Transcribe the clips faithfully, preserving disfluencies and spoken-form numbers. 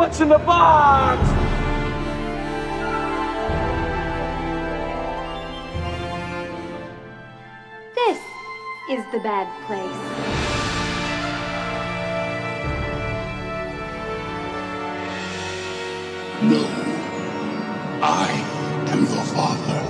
What's in the box? This is the bad place. No, I am your father.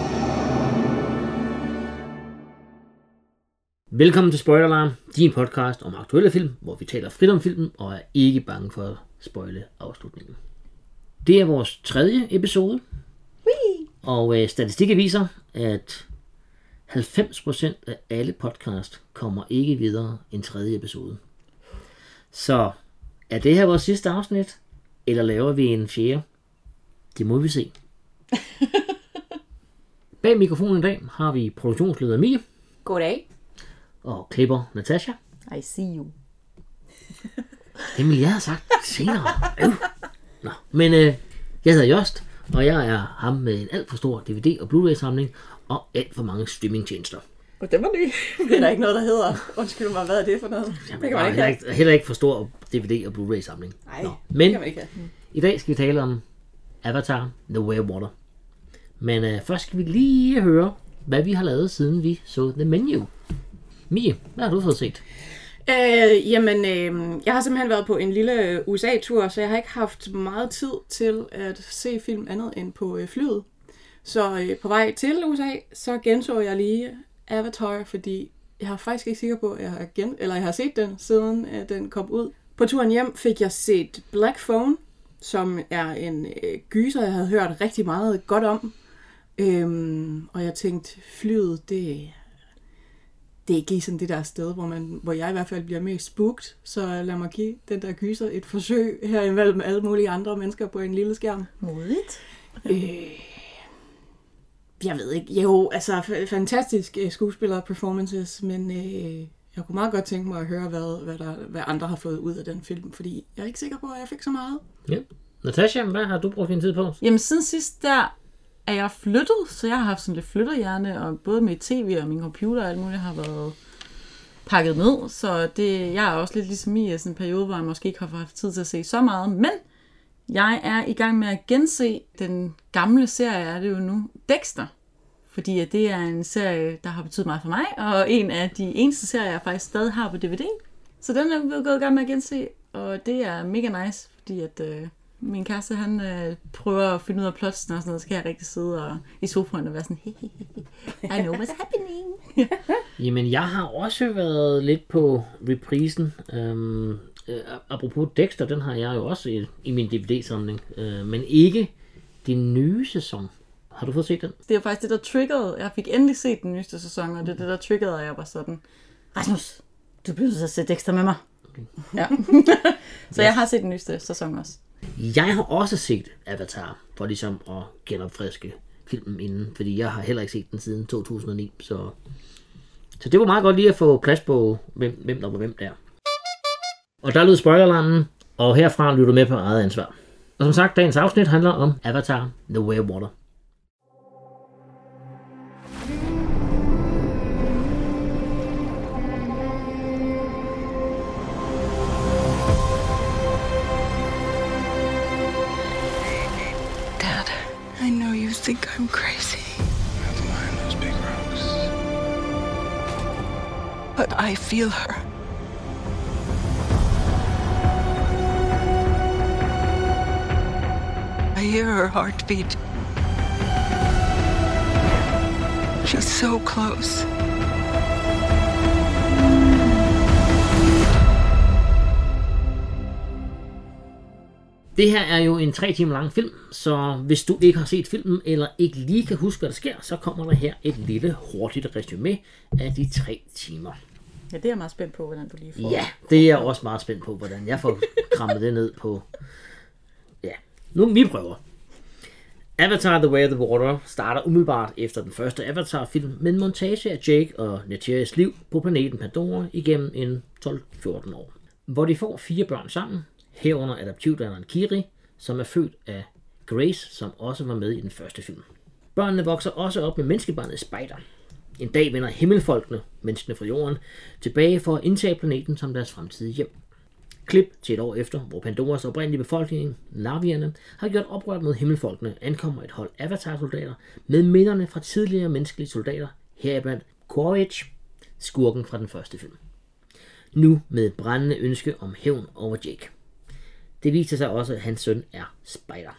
Velkommen til Spoiler-alarm, din podcast om aktuelle film, hvor vi taler frit om filmen og er ikke bange for at spoile afslutningen. Det er vores tredje episode, Whee! og øh, statistikker viser, at halvfems procent af alle podcast kommer ikke videre end tredje episode. Så er det her vores sidste afsnit, eller laver vi en fjerde? Det må vi se. Bag mikrofonen i dag har vi produktionsleder Mie. Goddag. Og klipper Natasha. I see you. Det ville jeg have sagt senere. Øh. Nå, men øh, jeg hedder Jost, og jeg er ham med en alt for stor D V D- og Blu-ray samling og alt for mange streamingtjenester. Og det var ny. Det er der ikke noget, der hedder. Undskyld mig, hvad er det for noget? Jamen, det kan man ikke heller, have. ikke, heller ikke for stor D V D- og Blu-ray samling. Nej, Nå, det men kan man ikke have. Hmm. i dag skal vi tale om Avatar The Way of Water. Men øh, først skal vi lige høre, hvad vi har lavet, siden vi så The Menu. Mie, hvad har du fået set? Øh, jamen, øh, jeg har simpelthen været på en lille U S A-tur, så jeg har ikke haft meget tid til at se film andet end på øh, flyet. Så øh, på vej til U S A, så genså jeg lige Avatar, fordi jeg er faktisk ikke sikker på, at jeg har, gen- eller jeg har set den, siden at den kom ud. På turen hjem fik jeg set Black Phone, som er en øh, gyser, jeg havde hørt rigtig meget godt om. Øhm, og jeg tænkte, flyet, det, det er ikke lige sådan det der sted, hvor, man, hvor jeg i hvert fald bliver mest spooked. Så lad mig give den der gyser et forsøg her imellem alle mulige andre mennesker på en lille skærm. Modigt. Øh, jeg ved ikke. Jo, altså f- fantastisk uh, skuespiller-performances, men øh, jeg kunne meget godt tænke mig at høre, hvad, hvad, der, hvad andre har fået ud af den film, fordi jeg er ikke sikker på, at jeg fik så meget. Ja. Natasha, hvad har du brugt din tid på? Jamen siden sidst der er jeg flyttet, så jeg har haft sådan lidt flytterhjerne, og både mit tv og min computer og alt muligt har været pakket ned, så det, jeg er også lidt ligesom i sådan en periode, hvor jeg måske ikke har haft tid til at se så meget, men jeg er i gang med at gense den gamle serie, er det jo nu, Dexter. Fordi at det er en serie, der har betydet meget for mig, og en af de eneste serier, jeg faktisk stadig har på D V D. Så den er vi gået i gang med at gense, og det er mega nice, fordi at øh, min kæreste, han øh, prøver at finde ud af plotsen og sådan noget, så kan jeg rigtig sidde og, i sofaen og være sådan, I know what's happening. Jamen, jeg har også været lidt på reprisen. Øhm, øh, apropos Dexter, den har jeg jo også i, i min D V D-samling, øh, men ikke den nye sæson. Har du fået set den? Det er faktisk det, der triggerede. Jeg fik endelig set den nyeste sæson, og det er det, der triggerede, og jeg var sådan, Rasmus, du bliver nødt til at se Dexter med mig. Okay. Ja. Så jeg har set den nyeste sæson også. Jeg har også set Avatar, for ligesom at genopfriske filmen inden, fordi jeg har heller ikke set den siden to tusind og ni, så, så det var meget godt lige at få plads på, hvem, hvem der var hvem der. Og der lød spoilerlarmen, og herfra lytter du med på eget ansvar. Og som sagt, dagens afsnit handler om Avatar The Way of Water. I know you think I'm crazy. I have to lie in those big rocks. But I feel her. I hear her heartbeat. She's so close. Det her er jo en tre timer lang film, så hvis du ikke har set filmen, eller ikke lige kan huske, hvad der sker, så kommer der her et lille hurtigt resumé af de tre timer. Ja, det er jeg meget spændt på, hvordan du lige får. Ja, det er jeg også meget spændt på, hvordan jeg får krammet det ned på. Ja, nu vi prøver. Avatar The Way of the Water starter umiddelbart efter den første Avatar-film med en montage af Jake og Neytiris liv på planeten Pandora igennem en tolv fjorten år, hvor de får fire børn sammen, herunder adoptivdatteren Kiri, som er født af Grace, som også var med i den første film. Børnene vokser også op med menneskebarnet Spider. En dag vender himmelfolkene, menneskene fra jorden, tilbage for at indtage planeten som deres fremtidige hjem. Klip til et år efter, hvor Pandoras oprindelige befolkning, Navierne, har gjort oprør mod himmelfolkene, ankommer et hold Avatar-soldater med minderne fra tidligere menneskelige soldater, heriblandt Quaritch, skurken fra den første film. Nu med et brændende ønske om hævn over Jake. Det viser sig også, at hans søn er Spider.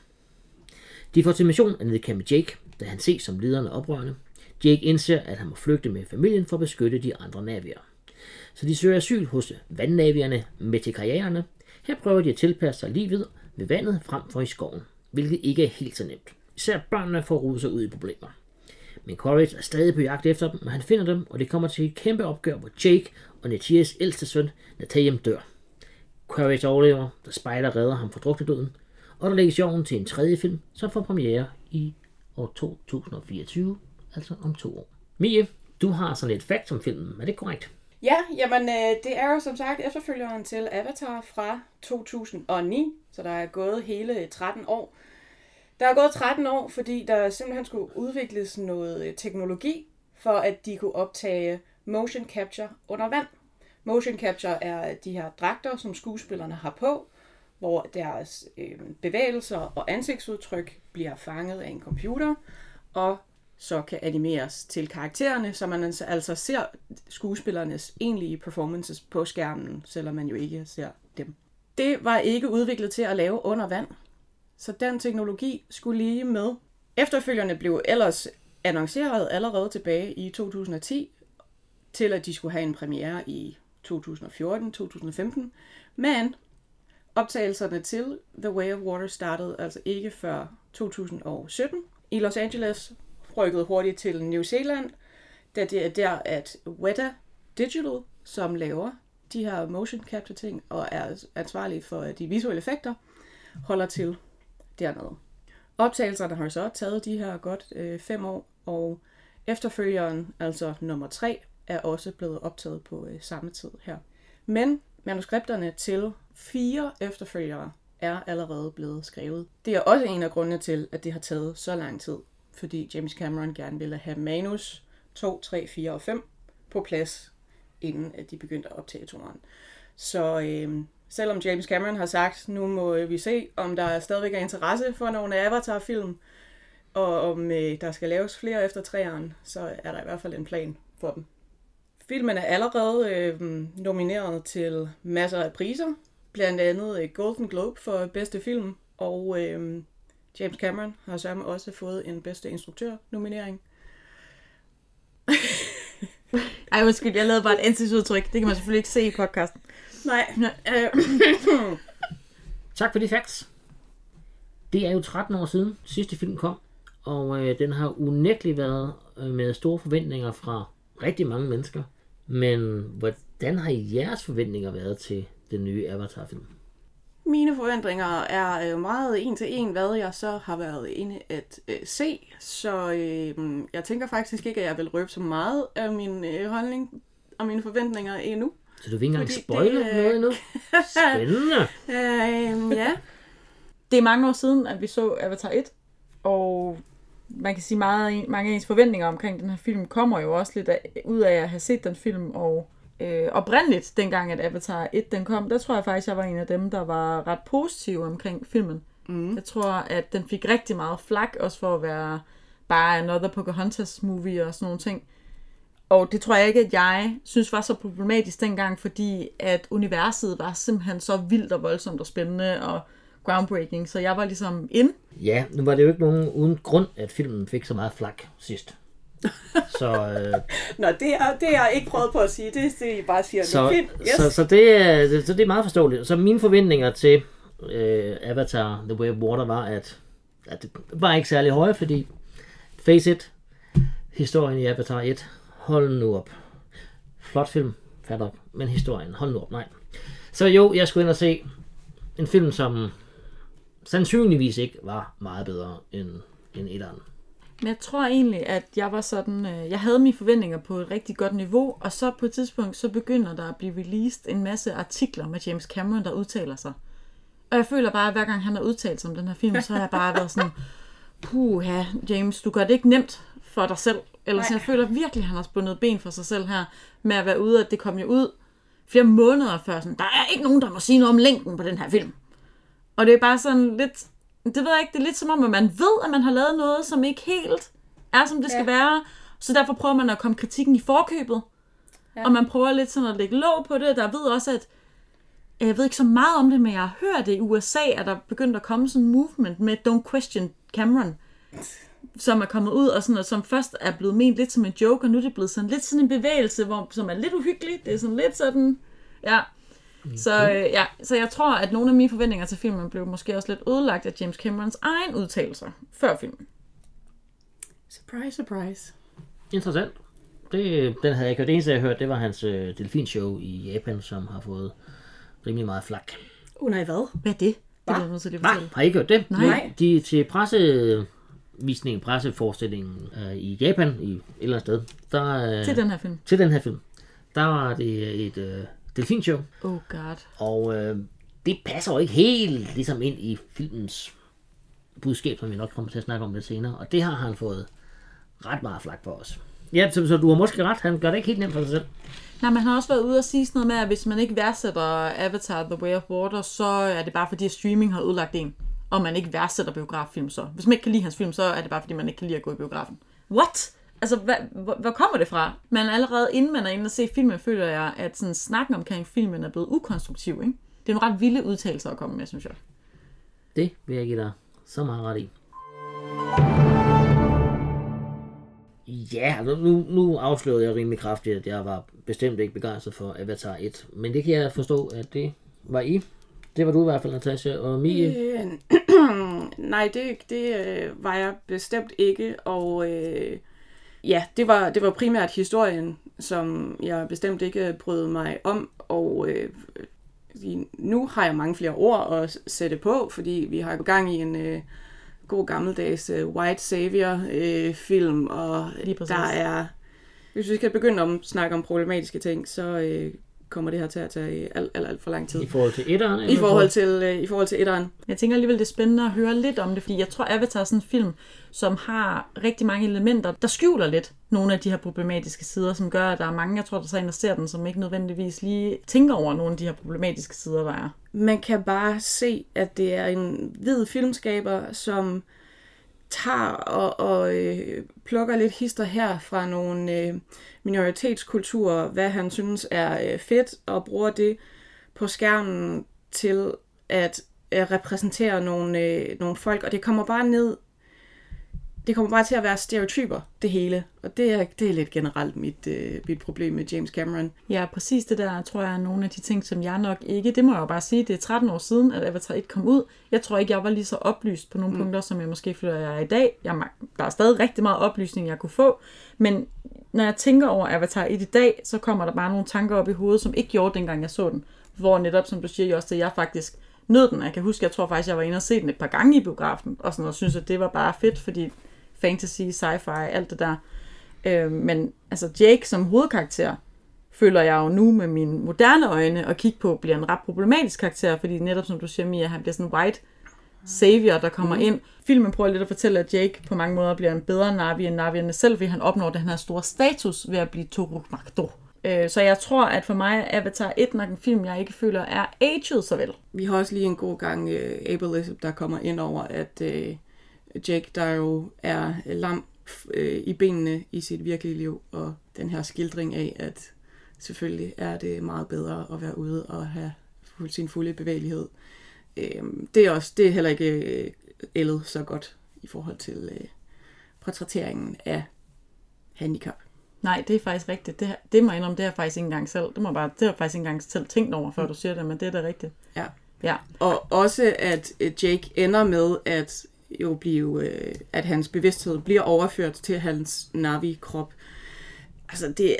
De får til mission at nedkæmpe Jake, da han ses som lederen af oprørerne. Jake indser, at han må flygte med familien for at beskytte de andre navier. Så de søger asyl hos vandnavierne Metekarianerne. Her prøver de at tilpasse sig livet ved vandet frem for i skoven, hvilket ikke er helt så nemt. Især børnene får rodet sig ud i problemer. Men Quaritch er stadig på jagt efter dem, og han finder dem, og det kommer til et kæmpe opgør, hvor Jake og Neytires ældste søn, Natayem, dør. Quaritch overlever, da Spider redder ham fra druknedøden, og der lægges jorden til en tredje film, som får premiere i år to tusind og fireogtyve, altså om to år. Mie, du har sådan et fact om filmen, er det korrekt? Ja, jamen øh, det er jo som sagt efterfølgeren til Avatar fra to tusind og ni, så der er gået hele tretten år. Der er gået tretten år, fordi der simpelthen skulle udvikles noget teknologi, for at de kunne optage motion capture under vand. Motion capture er de her dragter, som skuespillerne har på, hvor deres øh, bevægelser og ansigtsudtryk bliver fanget af en computer, og så kan animeres til karaktererne, så man altså ser skuespillernes egentlige performances på skærmen, selvom man jo ikke ser dem. Det var ikke udviklet til at lave under vand, så den teknologi skulle lige med. Efterfølgerne blev ellers annonceret allerede tilbage i to tusind og ti, til at de skulle have en premiere i to tusind og fjorten til to tusind og femten, men optagelserne til The Way of Water startede altså ikke før to tusind og sytten. I Los Angeles rykkede hurtigt til New Zealand, da det er der, at Weta Digital, som laver de her motion capture ting og er ansvarlig for de visuelle effekter, holder til dernede. Optagelserne har så taget de her godt øh, fem år, og efterfølgeren, altså nummer tre, er også blevet optaget på øh, samme tid her. Men manuskripterne til fire efterfølgere er allerede blevet skrevet. Det er også en af grundene til, at det har taget så lang tid, fordi James Cameron gerne ville have manus to, tre, fire og fem på plads, inden at de begyndte at optage toeren. Så øh, selvom James Cameron har sagt, nu må vi se, om der stadigvæk er interesse for nogle Avatar-film, og om øh, der skal laves flere efter treeren, så er der i hvert fald en plan for dem. Filmen er allerede øh, nomineret til masser af priser, blandt andet Golden Globe for bedste film, og øh, James Cameron har så også fået en bedste instruktør-nominering. Ej, undskyld, jeg lavede bare et ansigtsudtryk. Det kan man selvfølgelig ikke se i podcasten. Nej. Tak for de facts. Det er jo tretten år siden sidste film kom, og øh, den har unægteligt været øh, med store forventninger fra rigtig mange mennesker. Men hvordan har jeres forventninger været til den nye Avatar-film? Mine forventninger er meget en til en, hvad jeg så har været inde at øh, se. Så øh, jeg tænker faktisk ikke, at jeg vil røbe så meget af min øh, holdning og mine forventninger endnu. Så du vil ikke engang spoile det, øh... noget endnu? Spændende! øh, ja. Det er mange år siden, at vi så Avatar et, og man kan sige, meget mange af ens forventninger omkring den her film kommer jo også lidt af, ud af at have set den film, og øh, oprindeligt, dengang at Avatar et den kom, der tror jeg faktisk, jeg var en af dem, der var ret positiv omkring filmen. Mm. Jeg tror, at den fik rigtig meget flak, også for at være bare another Pocahontas movie og sådan nogle ting. Og det tror jeg ikke, at jeg synes var så problematisk dengang, fordi at universet var simpelthen så vildt og voldsomt og spændende og groundbreaking, så jeg var ligesom in. Ja, nu var det jo ikke nogen uden grund, at filmen fik så meget flak sidst. Så, øh, Nå, det er, det er jeg ikke prøvet på at sige, det er det, I bare siger. Så, det er fint. Yes. så, så, det er, så det er meget forståeligt. Så mine forventninger til øh, Avatar The Way of Water var, at, at det var ikke særlig høje, fordi face it, historien i Avatar et, hold nu op. Flot film, fat op, men historien, hold nu op, nej. Så jo, jeg skulle ind og se en film, som sandsynligvis ikke var meget bedre end, end etteren. Men jeg tror egentlig, at jeg var sådan, øh, jeg havde mine forventninger på et rigtig godt niveau, og så på et tidspunkt, så begynder der at blive released en masse artikler med James Cameron, der udtaler sig. Og jeg føler bare, at hver gang han har udtalt sig om den her film, så har jeg bare været sådan, puha, James, du gør det ikke nemt for dig selv. Eller så jeg føler virkelig, at han har spundet ben for sig selv her, med at være ude, at det kom jo ud flere måneder før, sådan, der er ikke nogen, der må sige noget om længden på den her film. Og det er bare sådan lidt, det ved jeg ikke, det er lidt som om, at man ved, at man har lavet noget, som ikke helt er, som det skal ja. være. Så derfor prøver man at komme kritikken i forkøbet. Ja. Og man prøver lidt sådan at lægge låg på det. Der ved også, at jeg ved ikke så meget om det, men jeg har hørt det i U S A, at der begyndt at komme sådan en movement med Don't Question Cameron, som er kommet ud, og, sådan, og som først er blevet ment lidt som en joke, og nu er det blevet sådan lidt sådan en bevægelse, hvor, som er lidt uhyggelig. Det er sådan lidt sådan, ja. Okay. Så, øh, ja. Så jeg tror, at nogle af mine forventninger til filmen blev måske også lidt ødelagt af James Camerons egen udtalelser før filmen. Surprise, surprise. Interessant. Det, den havde jeg ikke hørt. Det eneste, jeg hørte, det var hans øh, delfinshow i Japan, som har fået rimelig meget flak. Uh, nej, hvad? Hvad er det? Det er noget, så det Nej, har I ikke hørt det? Nej. De til pressevisningen, presseforestillingen øh, i Japan, i et eller andet sted. Der, øh, til den her film? Til den her film. Der var det et øh, delfinshow. Oh god. Og øh, det passer jo ikke helt ligesom ind i filmens budskab, som vi nok kommer til at snakke om lidt senere. Og det har han fået ret meget flak på os. Ja, så, så du har måske ret. Han gør det ikke helt nemt for sig selv. Nej, man har også været ude og sige sådan noget med, at hvis man ikke værdsætter Avatar The Way of Water, så er det bare fordi, at streaming har ødelagt en, og man ikke værdsætter biograffilm så. Hvis man ikke kan lide hans film, så er det bare fordi, man ikke kan lide at gå i biografen. What? Altså, hvad, hvor, hvor kommer det fra? Man allerede inden man er inde og se filmen, føler jeg, at sådan snakken omkring filmen er blevet ukonstruktiv, ikke? Det er nogle ret vilde udtalelser at komme med, synes jeg. Det vil jeg give dig så meget ret i. Ja, nu, nu afslørede jeg rimelig kraftigt, at jeg var bestemt ikke begejstret for Avatar et. Men det kan jeg forstå, at det var I. Det var du i hvert fald, Natasha. Og Mie? Øh, nej, det, det øh, var jeg bestemt ikke. Og øh, ja, det var, det var primært historien, som jeg bestemt ikke brød mig om. Og øh, nu har jeg mange flere ord at sætte på, fordi vi har gået gang i en... Øh, god gammeldags uh, White Savior-film, uh, og der er... Hvis vi skal begynde at snakke om problematiske ting, så uh, kommer det her til at tage alt, alt, alt for lang tid. I forhold til etteren? I forhold til, uh, i forhold til etteren. Jeg tænker alligevel, det er spændende at høre lidt om det, fordi jeg tror, Avatar er sådan en film, som har rigtig mange elementer, der skjuler lidt nogle af de her problematiske sider, som gør, at der er mange, jeg tror, der så ind og ser den, som ikke nødvendigvis lige tænker over nogle af de her problematiske sider, der er. Man kan bare se, at det er en hvid filmskaber, som tager og, og øh, plukker lidt hister her fra nogle øh, minoritetskulturer, hvad han synes er øh, fedt, og bruger det på skærmen til at øh, repræsentere nogle, øh, nogle folk, og det kommer bare ned, det kommer bare til at være stereotyper, det hele, og det er, det er lidt generelt mit, øh, mit problem med James Cameron. Ja, præcis det der, tror jeg, er nogle af de ting, som jeg nok ikke, det må jeg jo bare sige, det er tretten år siden, at Avatar et kom ud. Jeg tror ikke, jeg var lige så oplyst på nogle mm. punkter, som jeg måske føler, jeg er i dag. Jeg, der er stadig rigtig meget oplysning, jeg kunne få, men når jeg tænker over Avatar et i dag, så kommer der bare nogle tanker op i hovedet, som ikke gjorde, dengang jeg så den. Hvor netop, som du siger, også, at jeg faktisk nød den. Jeg kan huske, jeg tror faktisk, jeg var inde og se den et par gange i biografen, og sådan, og synes, at det var bare fedt, fordi fantasy, sci-fi, alt det der. Øh, men altså Jake som hovedkarakter, føler jeg jo nu med mine moderne øjne at kigge på, bliver en ret problematisk karakter, fordi netop som du siger, Mia, han bliver sådan en white savior, der kommer mm. ind. Filmen prøver lidt at fortælle, at Jake på mange måder bliver en bedre Na'vi end Na'vierne selv, fordi han opnår den her store status ved at blive Toruk Magdo. Øh, så jeg tror, at for mig er Avatar et nok en film, jeg ikke føler er aged så vel. Vi har også lige en god gang uh, ableism, der kommer ind over, at uh, Jake, der jo er lam øh, i benene i sit virkelige liv, og den her skildring af, at selvfølgelig er det meget bedre at være ude og have sin fulde bevægelighed. Øh, det er også, det er heller ikke øh, ældet så godt i forhold til øh, portrætteringen af handicap. Nej, det er faktisk rigtigt. Det, det må jeg indrømme, det har jeg faktisk ikke engang selv. Det, må bare, det har jeg faktisk ikke engang selv tænkt over, før mm. du siger det, men det er da rigtigt. Ja. Ja. Og også, at Jake ender med at jo blive, øh, at hans bevidsthed bliver overført til hans Na'vi-krop. Altså det...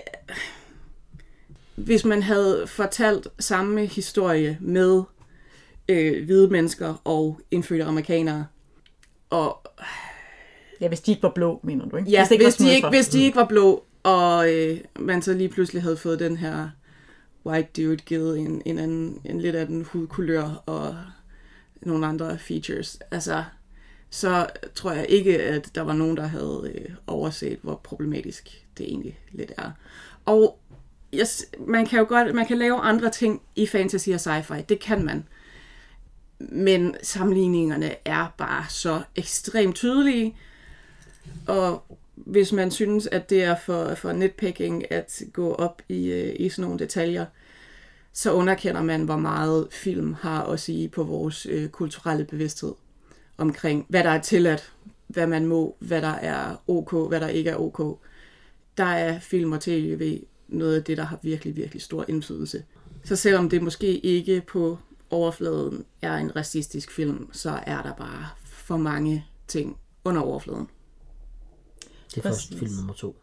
Hvis man havde fortalt samme historie med øh, hvide mennesker og indfødte amerikanere, og... Ja, hvis de ikke var blå, mener du, ikke? Ja, hvis, det ikke hvis, var de, ikke, hvis de ikke var blå, og øh, man så lige pludselig havde fået den her white dude givet en, en, anden, en lidt af den hudkulør og nogle andre features. Altså, så tror jeg ikke, at der var nogen, der havde øh, overset, hvor problematisk det egentlig lidt er. Og yes, man kan jo godt, man kan lave andre ting i fantasy og sci-fi. Det kan man. Men sammenligningerne er bare så ekstremt tydelige. Og hvis man synes, at det er for, for nitpicking at gå op i, i sådan nogle detaljer, så underkender man, hvor meget film har at sige på vores øh, kulturelle bevidsthed omkring, hvad der er tilladt, hvad man må, hvad der er ok, hvad der ikke er ok. Der er film og tv noget af det, der har virkelig, virkelig stor indflydelse. Så selvom det måske ikke på overfladen er en racistisk film, så er der bare for mange ting under overfladen. Det er først film nummer to.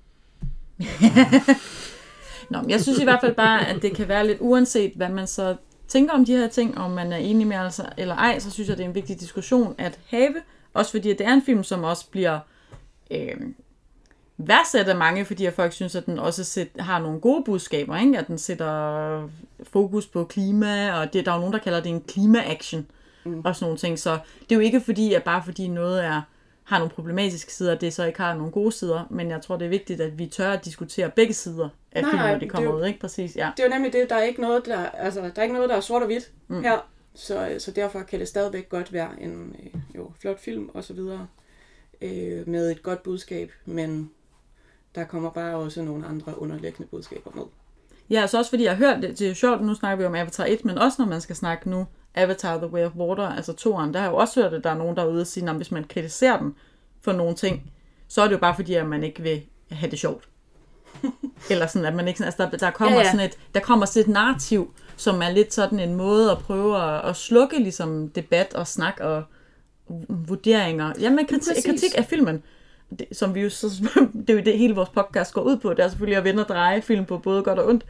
Nå, men jeg synes i hvert fald bare, at det kan være lidt uanset, hvad man så tænker om de her ting, om man er enig med altså, eller ej, så synes jeg, det er en vigtig diskussion at have. Også fordi, at det er en film, som også bliver øh, værdsat af mange, fordi at folk synes, at den også sæt, har nogle gode budskaber, ikke? At den sætter fokus på klima, og det, der er jo nogen, der kalder det en klima-action, mm. og sådan nogle ting. Så det er jo ikke fordi, at bare fordi noget er har nogle problematiske sider, at det så ikke har nogle gode sider, men jeg tror, det er vigtigt, at vi tør at diskutere begge sider af filmen, når det kommer ud, ikke? Præcis, ja. Det er jo nemlig det, der er ikke noget, der, altså, der er ikke noget, der er sort og hvidt mm. her, så, så derfor kan det stadigvæk godt være en jo, flot film og så videre, øh, med et godt budskab, men der kommer bare også nogle andre underliggende budskaber med. Ja, så også fordi jeg har hørt, det, det er jo sjovt, nu snakker vi om Avatar et, men også når man skal snakke nu Avatar The Way of Water, altså toeren, der har jeg jo også hørt, at der er nogen, der er ude og sige, at hvis man kritiserer den for nogle ting, så er det jo bare fordi, at man ikke vil have det sjovt. Eller sådan, at man ikke, altså der, der kommer ja, ja. sådan et, der kommer sådan et narrativ, som er lidt sådan en måde at prøve at, at slukke ligesom debat og snak og vurderinger. Jamen kritik, kritik af filmen, det, som vi jo så, det er jo det hele vores podcast går ud på, det er selvfølgelig at vende og dreje film på både godt og ondt.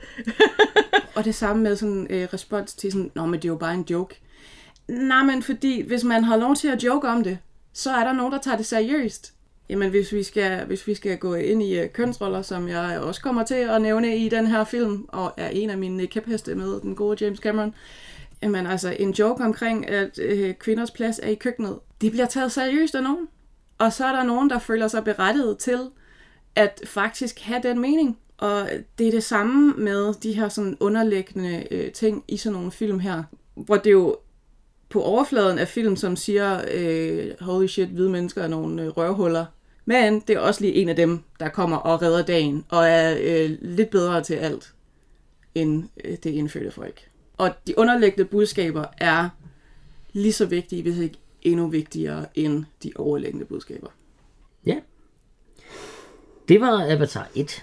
Og det samme med sådan en øh, respons til sådan, nå, men det er jo bare en joke. Nej, men fordi, hvis man har lov til at joke om det, så er der nogen, der tager det seriøst. Jamen, hvis vi skal, hvis vi skal gå ind i uh, kønsroller, som jeg også kommer til at nævne i den her film, og er en af mine kæpheste med den gode James Cameron, jamen altså, en joke omkring, at uh, kvinders plads er i køkkenet, det bliver taget seriøst af nogen. Og så er der nogen, der føler sig berettiget til at faktisk have den mening. Og det er det samme med de her sådan underliggende øh, ting i sådan nogle film her, hvor det jo på overfladen af film, som siger, øh, holy shit, hvide mennesker er nogle øh, røvhuller. Men det er også lige en af dem, der kommer og redder dagen, og er øh, lidt bedre til alt, end øh, det indfødte folk. Og de underliggende budskaber er lige så vigtige, hvis ikke endnu vigtigere, end de overliggende budskaber. Ja. Det var Avatar et.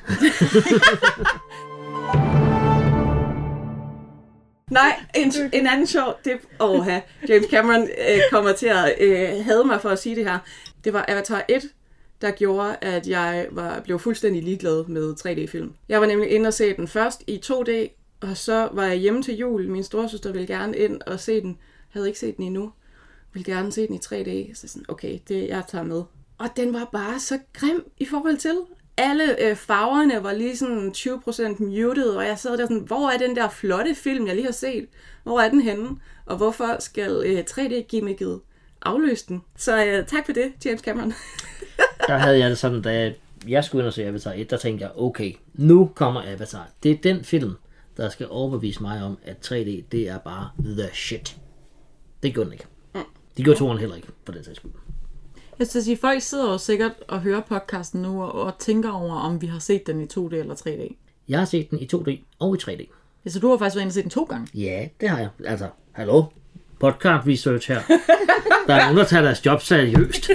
Nej, en, en anden sjov tip. Åh, James Cameron øh, kommer til at øh, hade mig for at sige det her. Det var Avatar et, der gjorde, at jeg var, blev fuldstændig ligeglad med tre D-film. Jeg var nemlig inde og se den først i to D, og så var jeg hjemme til jul. Min storesøster ville gerne ind og se den. Jeg havde ikke set den endnu. Ville gerne se den i tre D. Så sådan, okay, det jeg tager med. Og den var bare så grim i forhold til. Alle øh, farverne var lige sådan tyve procent muted, og jeg sad der sådan, hvor er den der flotte film, jeg lige har set? Hvor er den henne? Og hvorfor skal øh, tre D-gimmicket afløse den? Så øh, tak for det, James Cameron. Der havde jeg det sådan, da jeg skulle ind og se Avatar et, der tænkte jeg, okay, nu kommer Avatar. Det er den film, der skal overbevise mig om, at tre D, det er bare the shit. Det gjorde den ikke. De gjorde toeren heller ikke, på den sags skyld. Jeg skal sige, folk sidder jo sikkert og hører podcasten nu og, og tænker over, om vi har set den i to D eller tre D. Jeg har set den i to D og i tre D. Ja, så du har faktisk været inde og set den to gange? Ja, det har jeg. Altså, hallo? Podcast research her. Der er nogen, der tager deres job seriøst.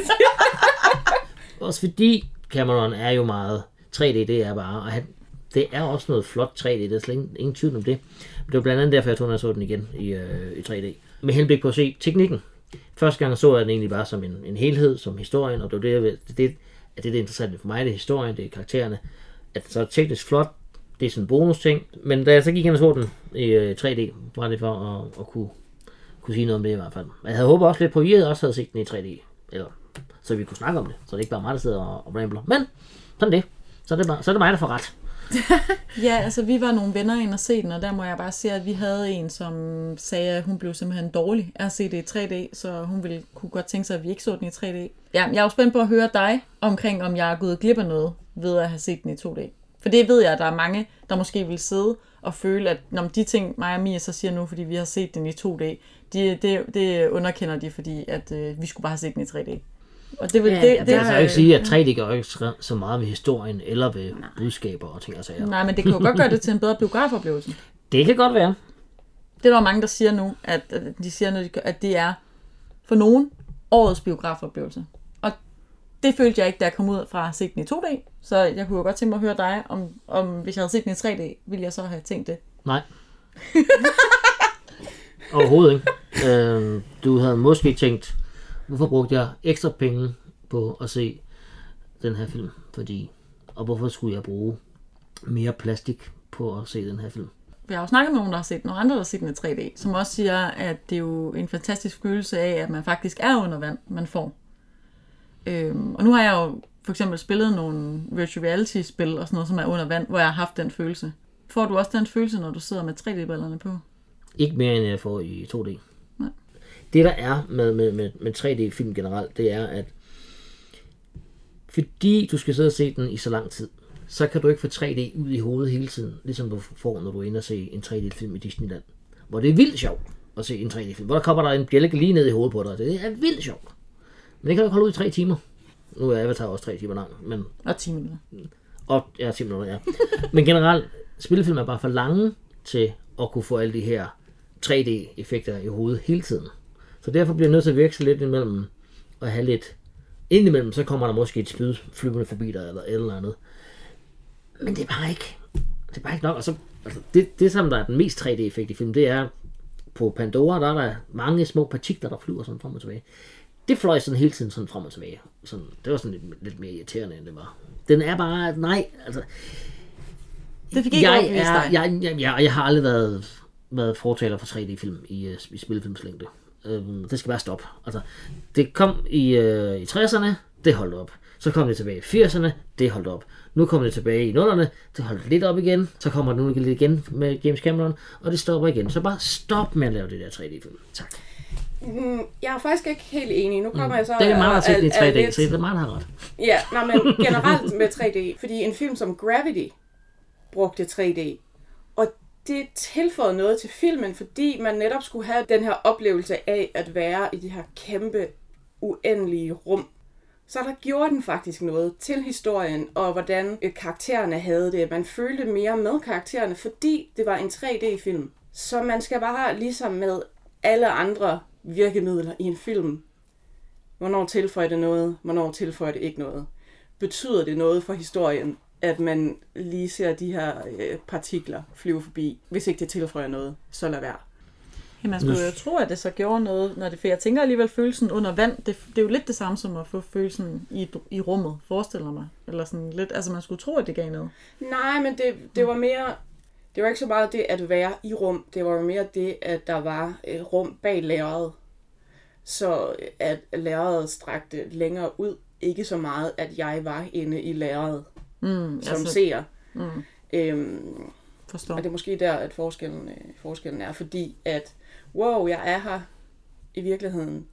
Også fordi Cameron er jo meget tre D, det er bare, og han, det er også noget flot tre D, det er slet ingen, ingen tvivl om det. Men det var blandt andet derfor, jeg tog, når jeg så den igen i, øh, i tre D. Med henblik på at se teknikken. Første gang så jeg den egentlig bare som en, en helhed, som historien, og det er det, det, det, det, det er interessante for mig, det er historien, det er karaktererne. At så er teknisk flot, det er sådan en bonus ting, men da jeg så gik ind og så den i øh, tre D, var det for at, at kunne, kunne sige noget om det i hvert fald. Men jeg havde håbet også lidt på, at I havde også havde set den i tre D, eller, så vi kunne snakke om det, så det ikke bare mig, der sidder og, og rambler. Men sådan det, så er det, bare, så er det mig, der får ret. Ja, altså vi var nogle venner ind og se den, og der må jeg bare sige, at vi havde en, som sagde, at hun blev simpelthen dårlig af at se det i tre D, så hun ville kunne godt tænke sig, at vi ikke så den i tre D. Ja, jeg er jo spændt på at høre dig omkring, om jeg er gået glip af noget ved at have set den i to D. For det ved jeg, at der er mange, der måske vil sidde og føle, at når de ting, mig og Mia så siger nu, fordi vi har set den i to D, de, det, det underkender de, fordi at, øh, vi skulle bare have set den i tre D. Og det vil, Ja, det, det, det, det altså er, ikke sige, at tre D gør ikke så meget ved historien, eller ved nej. budskaber og ting og sager. Nej, men det kan jo godt gøre det til en bedre biografoplevelse. Det kan godt være. Det er der mange, der siger nu, at, at de siger, at det er for nogen årets biografoplevelse. Og det følte jeg ikke, da jeg kom ud fra at have set den i to D. Så jeg kunne jo godt tænke mig at høre dig, om, om hvis jeg havde set den i tre D, ville jeg så have tænkt det? Nej. Overhovedet ikke. Øh, du havde måske tænkt, hvorfor brugte jeg ekstra penge på at se den her film? Fordi, og hvorfor skulle jeg bruge mere plastik på at se den her film? Jeg har jo snakket med nogen, der har set nogle andre, der har set den i tre D, som også siger, at det er jo en fantastisk følelse af, at man faktisk er under vand, man får. Øhm, og nu har jeg jo for eksempel spillet nogle virtual reality-spil og sådan noget, som er under vand, hvor jeg har haft den følelse. Får du også den følelse, når du sidder med tre D-brillerne på? Ikke mere, end jeg får i to D. Nej. Det, der er med, med, med, med tre D-film generelt, det er, at fordi du skal sidde og se den i så lang tid, så kan du ikke få tre D ud i hovedet hele tiden, ligesom du får, når du er inde og se en tre D-film i Disneyland. Hvor det er vildt sjovt at se en tre D-film. Hvor der kommer der en bjælke lige ned i hovedet på dig. Det er vildt sjovt. Men det kan du ikke holde ud i tre timer. Nu er Avatar også tre timer lang. Men... Og ti minutter. Og, ja, ti minutter, ja. Men generelt, spillefilm er bare for lange til at kunne få alle de her tre D-effekter i hovedet hele tiden. Så derfor bliver jeg nødt til at veksle lidt imellem og have lidt... Indimellem, så kommer der måske et spyd flyvende forbi dig eller et eller andet. Men det er bare ikke, det er bare ikke nok. Og så, altså, det, det, som der er den mest tre D-effekt i film, det er på Pandora, der er der mange små partikler, der flyver sådan frem og tilbage. Det fløj sådan hele tiden sådan frem og tilbage. Sådan, det var sådan lidt, lidt mere irriterende, end det var. Den er bare, nej, altså... Det fik ikke jeg, overbevist er, dig. jeg, jeg, jeg, jeg har aldrig været, været fortaler for tre D-film i, i spillefilmslængde. Øhm, det skal bare stoppe. Altså, det kom i, øh, i tresserne, det holdt op. Så kom det tilbage i firserne, det holdt op. Nu kommer det tilbage i nullerne, det holdt lidt op igen. Så kommer det nu lidt igen med James Cameron, og det stopper igen. Så bare stop med at lave det der tre D-film. Tak. Mm, jeg er faktisk ikke helt enig. Nu kommer mm. jeg så... Det er meget at se det i tre D, lidt... så det er meget, der har ret. Ja, nej, men generelt med tre D. Fordi en film som Gravity brugte tre D. Og det tilføjede noget til filmen, fordi man netop skulle have den her oplevelse af at være i det her kæmpe, uendelige rum. Så der gjorde den faktisk noget til historien, og hvordan karaktererne havde det. Man følte mere med karaktererne, fordi det var en tre D-film. Så man skal bare, ligesom med alle andre virkemidler i en film, hvornår tilføjer det noget, hvornår tilføjer det ikke noget. Betyder det noget for historien, at man lige ser de her øh, partikler flyve forbi? Hvis ikke det tilføjer noget, så lad være. Ja, man skulle jo tro, at det så gjorde noget, når det, for jeg tænker alligevel følelsen under vand, det, det er jo lidt det samme som at få følelsen i, i rummet, forestiller mig. Eller sådan lidt, altså man skulle tro, at det gav noget. Nej, men det, det var mere, det var ikke så meget det at være i rum, det var mere det, at der var et rum bag lærredet. Så at lærredet strakte længere ud, ikke så meget, at jeg var inde i lærredet mm, som altså, seer. Mm, Øhm, forstår. og det er måske der, at forskellen, øh, forskellen er, fordi at, wow, jeg er her i virkeligheden,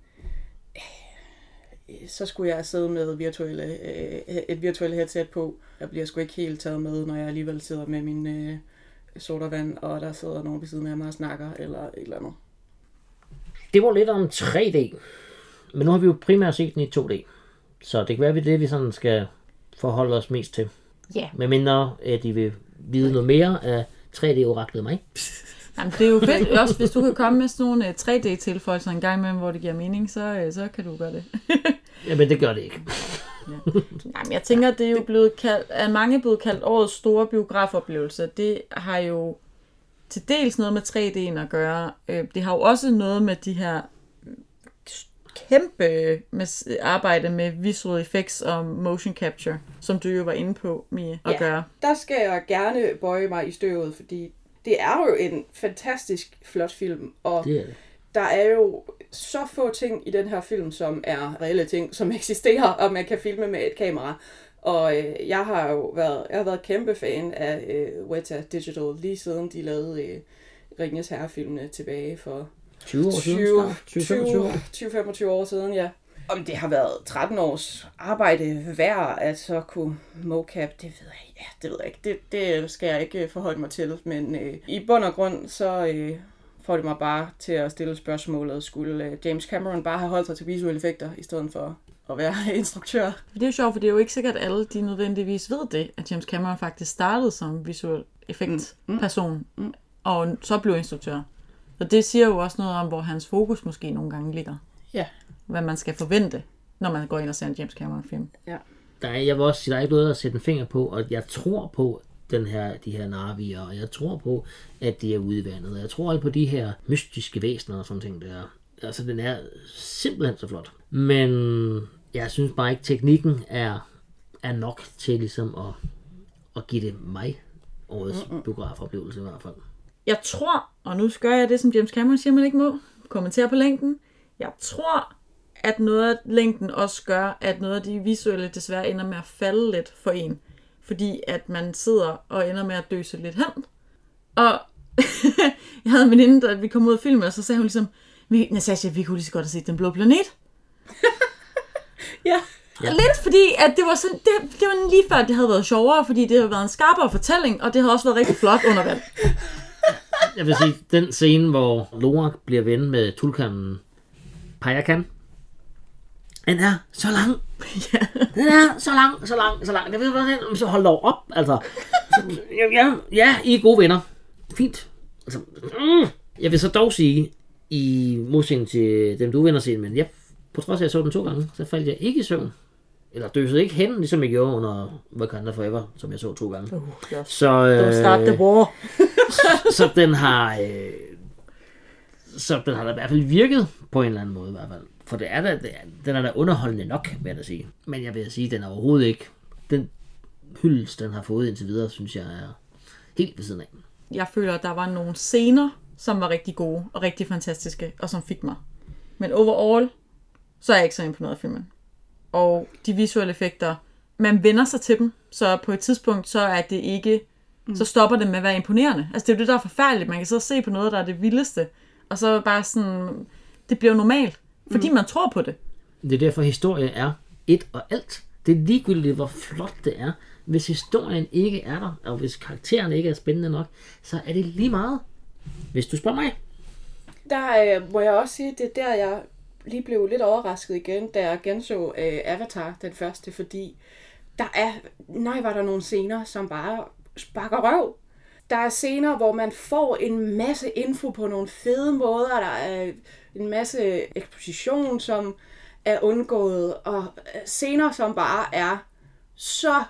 så skulle jeg sidde med virtuelle, øh, et virtuelle headset på. Jeg bliver sgu ikke helt taget med, når jeg alligevel sidder med min øh, sodavand, og der sidder nogen ved siden af mig og snakker, eller et eller andet. Det var lidt om tre D, men nu har vi jo primært set den i to D. Så det kan være, at det er det, vi sådan skal forholde os mest til. Ja. Yeah. Med mindre, at de vil vide noget mere af tre D-oraklet mig. Jamen, det er jo fedt også, hvis du kan komme med sådan nogle tre D-tilføjelser en gang imellem, hvor det giver mening, så, så kan du gøre det. Jamen, det gør det ikke. Ja. Jamen, jeg tænker, det er jo blevet kaldt, at mange er blevet kaldt årets store biografoplevelse. Det har jo til dels noget med tre D'en at gøre. Det har jo også noget med de her kæmpe med arbejde med visual effects og motion capture, som du jo var inde på, Mia, at ja, gøre. Der skal jeg gerne bøje mig i støvet, fordi det er jo en fantastisk flot film, og det er det. Der er jo så få ting i den her film, som er reelle ting, som eksisterer, og man kan filme med et kamera. Og øh, jeg har jo været, jeg har været kæmpe fan af øh, Weta Digital, lige siden de lavede øh, Ringenes Herre-filmene tilbage for tyve år siden. tyve til femogtyve år siden, ja. Om det har været tretten års arbejde værd at så kunne mocap, det ved jeg, ja, det ved jeg ikke. Det, det skal jeg ikke forholde mig til, men øh, i bund og grund, så øh, får det mig bare til at stille spørgsmålet, skulle øh, James Cameron bare have holdt sig til visuelle effekter, i stedet for at være instruktør? Det er jo sjovt, for det er jo ikke sikkert, at alle de nødvendigvis ved det, at James Cameron faktisk startede som visuel effektperson, mm. Mm. og så blev instruktør. Så det siger jo også noget om, hvor hans fokus måske nogle gange ligger. Ja. Hvad man skal forvente, når man går ind og ser en James Cameron-film. Ja. Der er, jeg vil også sige, der er ikke noget at sætte en finger på, og jeg tror på den her, de her narvier, og jeg tror på, at de er ude i vandet, og jeg tror alt på de her mystiske væsener og sådan ting der. Altså, den er simpelthen så flot. Men jeg synes bare ikke, teknikken er, er nok til ligesom at, at give det mig årets biografoplevelse i hvert fald. Jeg tror, og nu gør jeg det, som James Cameron siger, man ikke må, kommentere på længden. Jeg tror, at noget af længden også gør, at noget af de visuelle desværre ender med at falde lidt for en. Fordi at man sidder og ender med at døse lidt hen. Og jeg havde en veninde, da vi kom ud af filmen, og så sagde hun ligesom, Natasha, vi kunne lige så godt have set Den Blå Planet. Ja. Ja. Lidt fordi, at det var, sådan, det, det var lige før, at det havde været sjovere, fordi det havde været en skarpere fortælling, og det havde også været rigtig flot under vand. Jeg vil sige, den scene, hvor Lorak bliver ven med tulkanen Payakan, den er så lang. Ja. Den er så lang, så lang, så lang. Jeg ved hvordan, så hold dog op, altså. Så, ja, ja, I er gode venner. Fint. Altså, mm. Jeg vil så dog sige, i modsætning til dem, du vender scenen, men ja, på trods af, at jeg så den to gange, så faldt jeg ikke i søvn. Eller døsede ikke hen, ligesom jeg gjorde under Wakanda Forever, som jeg så to gange. Uh, så, øh, Don't start the war. så, så den har... Øh, så den har da i hvert fald virket på en eller anden måde i hvert fald. For det er da, det er, den er da underholdende nok, vil jeg da sige. Men jeg vil sige, at den er overhovedet ikke... Den hyldest, den har fået indtil videre, synes jeg er helt ved siden af. Jeg føler, at der var nogle scener, som var rigtig gode og rigtig fantastiske, og som fik mig. Men overall, så er jeg ikke så imponeret af filmen. Og de visuelle effekter, man vender sig til dem, så på et tidspunkt, så er det ikke... Mm. Så stopper det med at være imponerende. Altså det er jo det, der er forfærdeligt. Man kan så se på noget, der er det vildeste, og så bare sådan... Det bliver normalt, fordi mm. man tror på det. Det er derfor, historie er et og alt. Det er ligegyldigt, hvor flot det er. Hvis historien ikke er der, og hvis karakteren ikke er spændende nok, så er det lige meget. Hvis du spørger mig. Der øh, må jeg også sige, det er der, jeg lige blev lidt overrasket igen, da jeg genså øh, Avatar, den første, fordi der er, nej, var der nogle scener, som bare sparker røv. Der er scener, hvor man får en masse info på nogle fede måder, der er en masse eksposition, som er undgået, og scener, som bare er så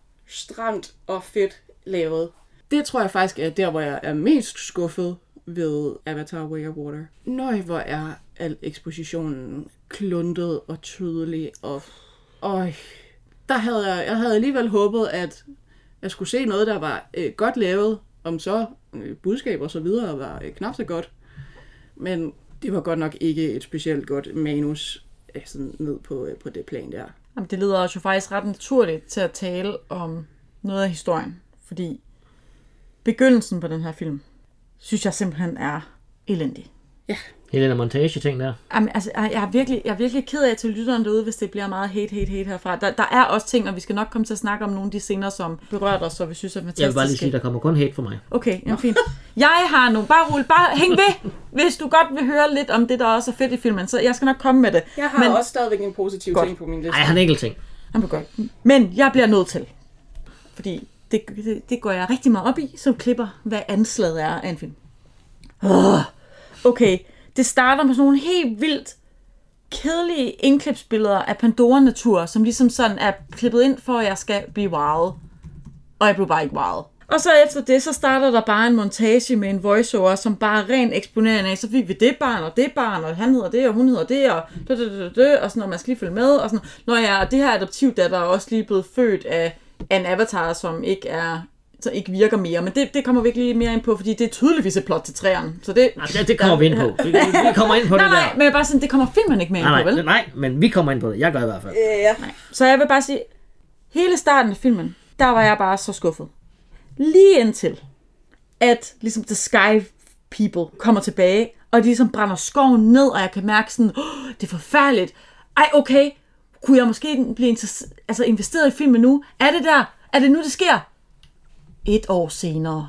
stramt og fedt lavet. Det tror jeg faktisk er der, hvor jeg er mest skuffet ved Avatar Way of Water. Nøj, hvor er al ekspositionen kluntet og tydelig, og øj, der havde jeg, jeg havde alligevel håbet, at jeg skulle se noget, der var øh, godt lavet, om så øh, budskab og så videre var øh, knap så godt. Men det var godt nok ikke et specielt godt manus øh, sådan ned på, øh, på det plan der. Jamen, det leder os jo faktisk ret naturligt til at tale om noget af historien, fordi begyndelsen på den her film, synes jeg simpelthen er elendig. Ja. Hele den montage-ting der. Jamen, altså, jeg er, virkelig, jeg er virkelig ked af til lytteren derude, hvis det bliver meget hate, hate, hate herfra. Der, der er også ting, og vi skal nok komme til at snakke om nogle af de scener, som berørte os, så vi synes er fantastiske. Jeg vil bare lige sige, der kommer kun hate for mig. Okay, jamen fint. Jeg har nogle, bare rulle, bare hæng ved, hvis du godt vil høre lidt om det, der også er fedt i filmen, så jeg skal nok komme med det. Jeg har Men, også stadigvæk en positiv godt. ting på min liste. Ej, jeg har en enkelt ting. Jamen godt. Men jeg bliver nødt til, fordi det, det, det går jeg rigtig meget op i, som klipper, hvad anslaget er af en film. Oh, okay. Det starter med sådan nogle helt vildt kedelige indklipsbilleder af Pandora-natur, som ligesom sådan er klippet ind for, at jeg skal blive wowet. Og jeg blev bare ikke wowet. Og så efter det, så starter der bare en montage med en voiceover, som bare er rent eksponerende af. Så fik vi det barn, og det barn, og han hedder det, og hun hedder det, og det, det, det, det, og sådan noget, man skal lige følge med. Og sådan, når jeg, og det her adoptivdatter er også lige blevet født af en avatar, som ikke er... så ikke virker mere, men det, det kommer vi ikke lige mere ind på, fordi det er tydeligvis et plot til træerne. Så det, nej, det, det kommer der, vi ind på. Vi, vi kommer ind på nej, det der. Nej, men bare sådan, det kommer filmen ikke mere nej, ind på, vel? Nej, men vi kommer ind på det. Jeg gør i hvert fald. Øh, ja. Nej. Så jeg vil bare sige, hele starten af filmen, der var jeg bare så skuffet. Lige indtil, at ligesom The Sky People kommer tilbage, og de ligesom brænder skoven ned, og jeg kan mærke sådan, oh, det er forfærdeligt. ej okay, kunne jeg måske blive interesse- altså investeret i filmen nu? Er det der? Er det nu, det sker? Et år senere.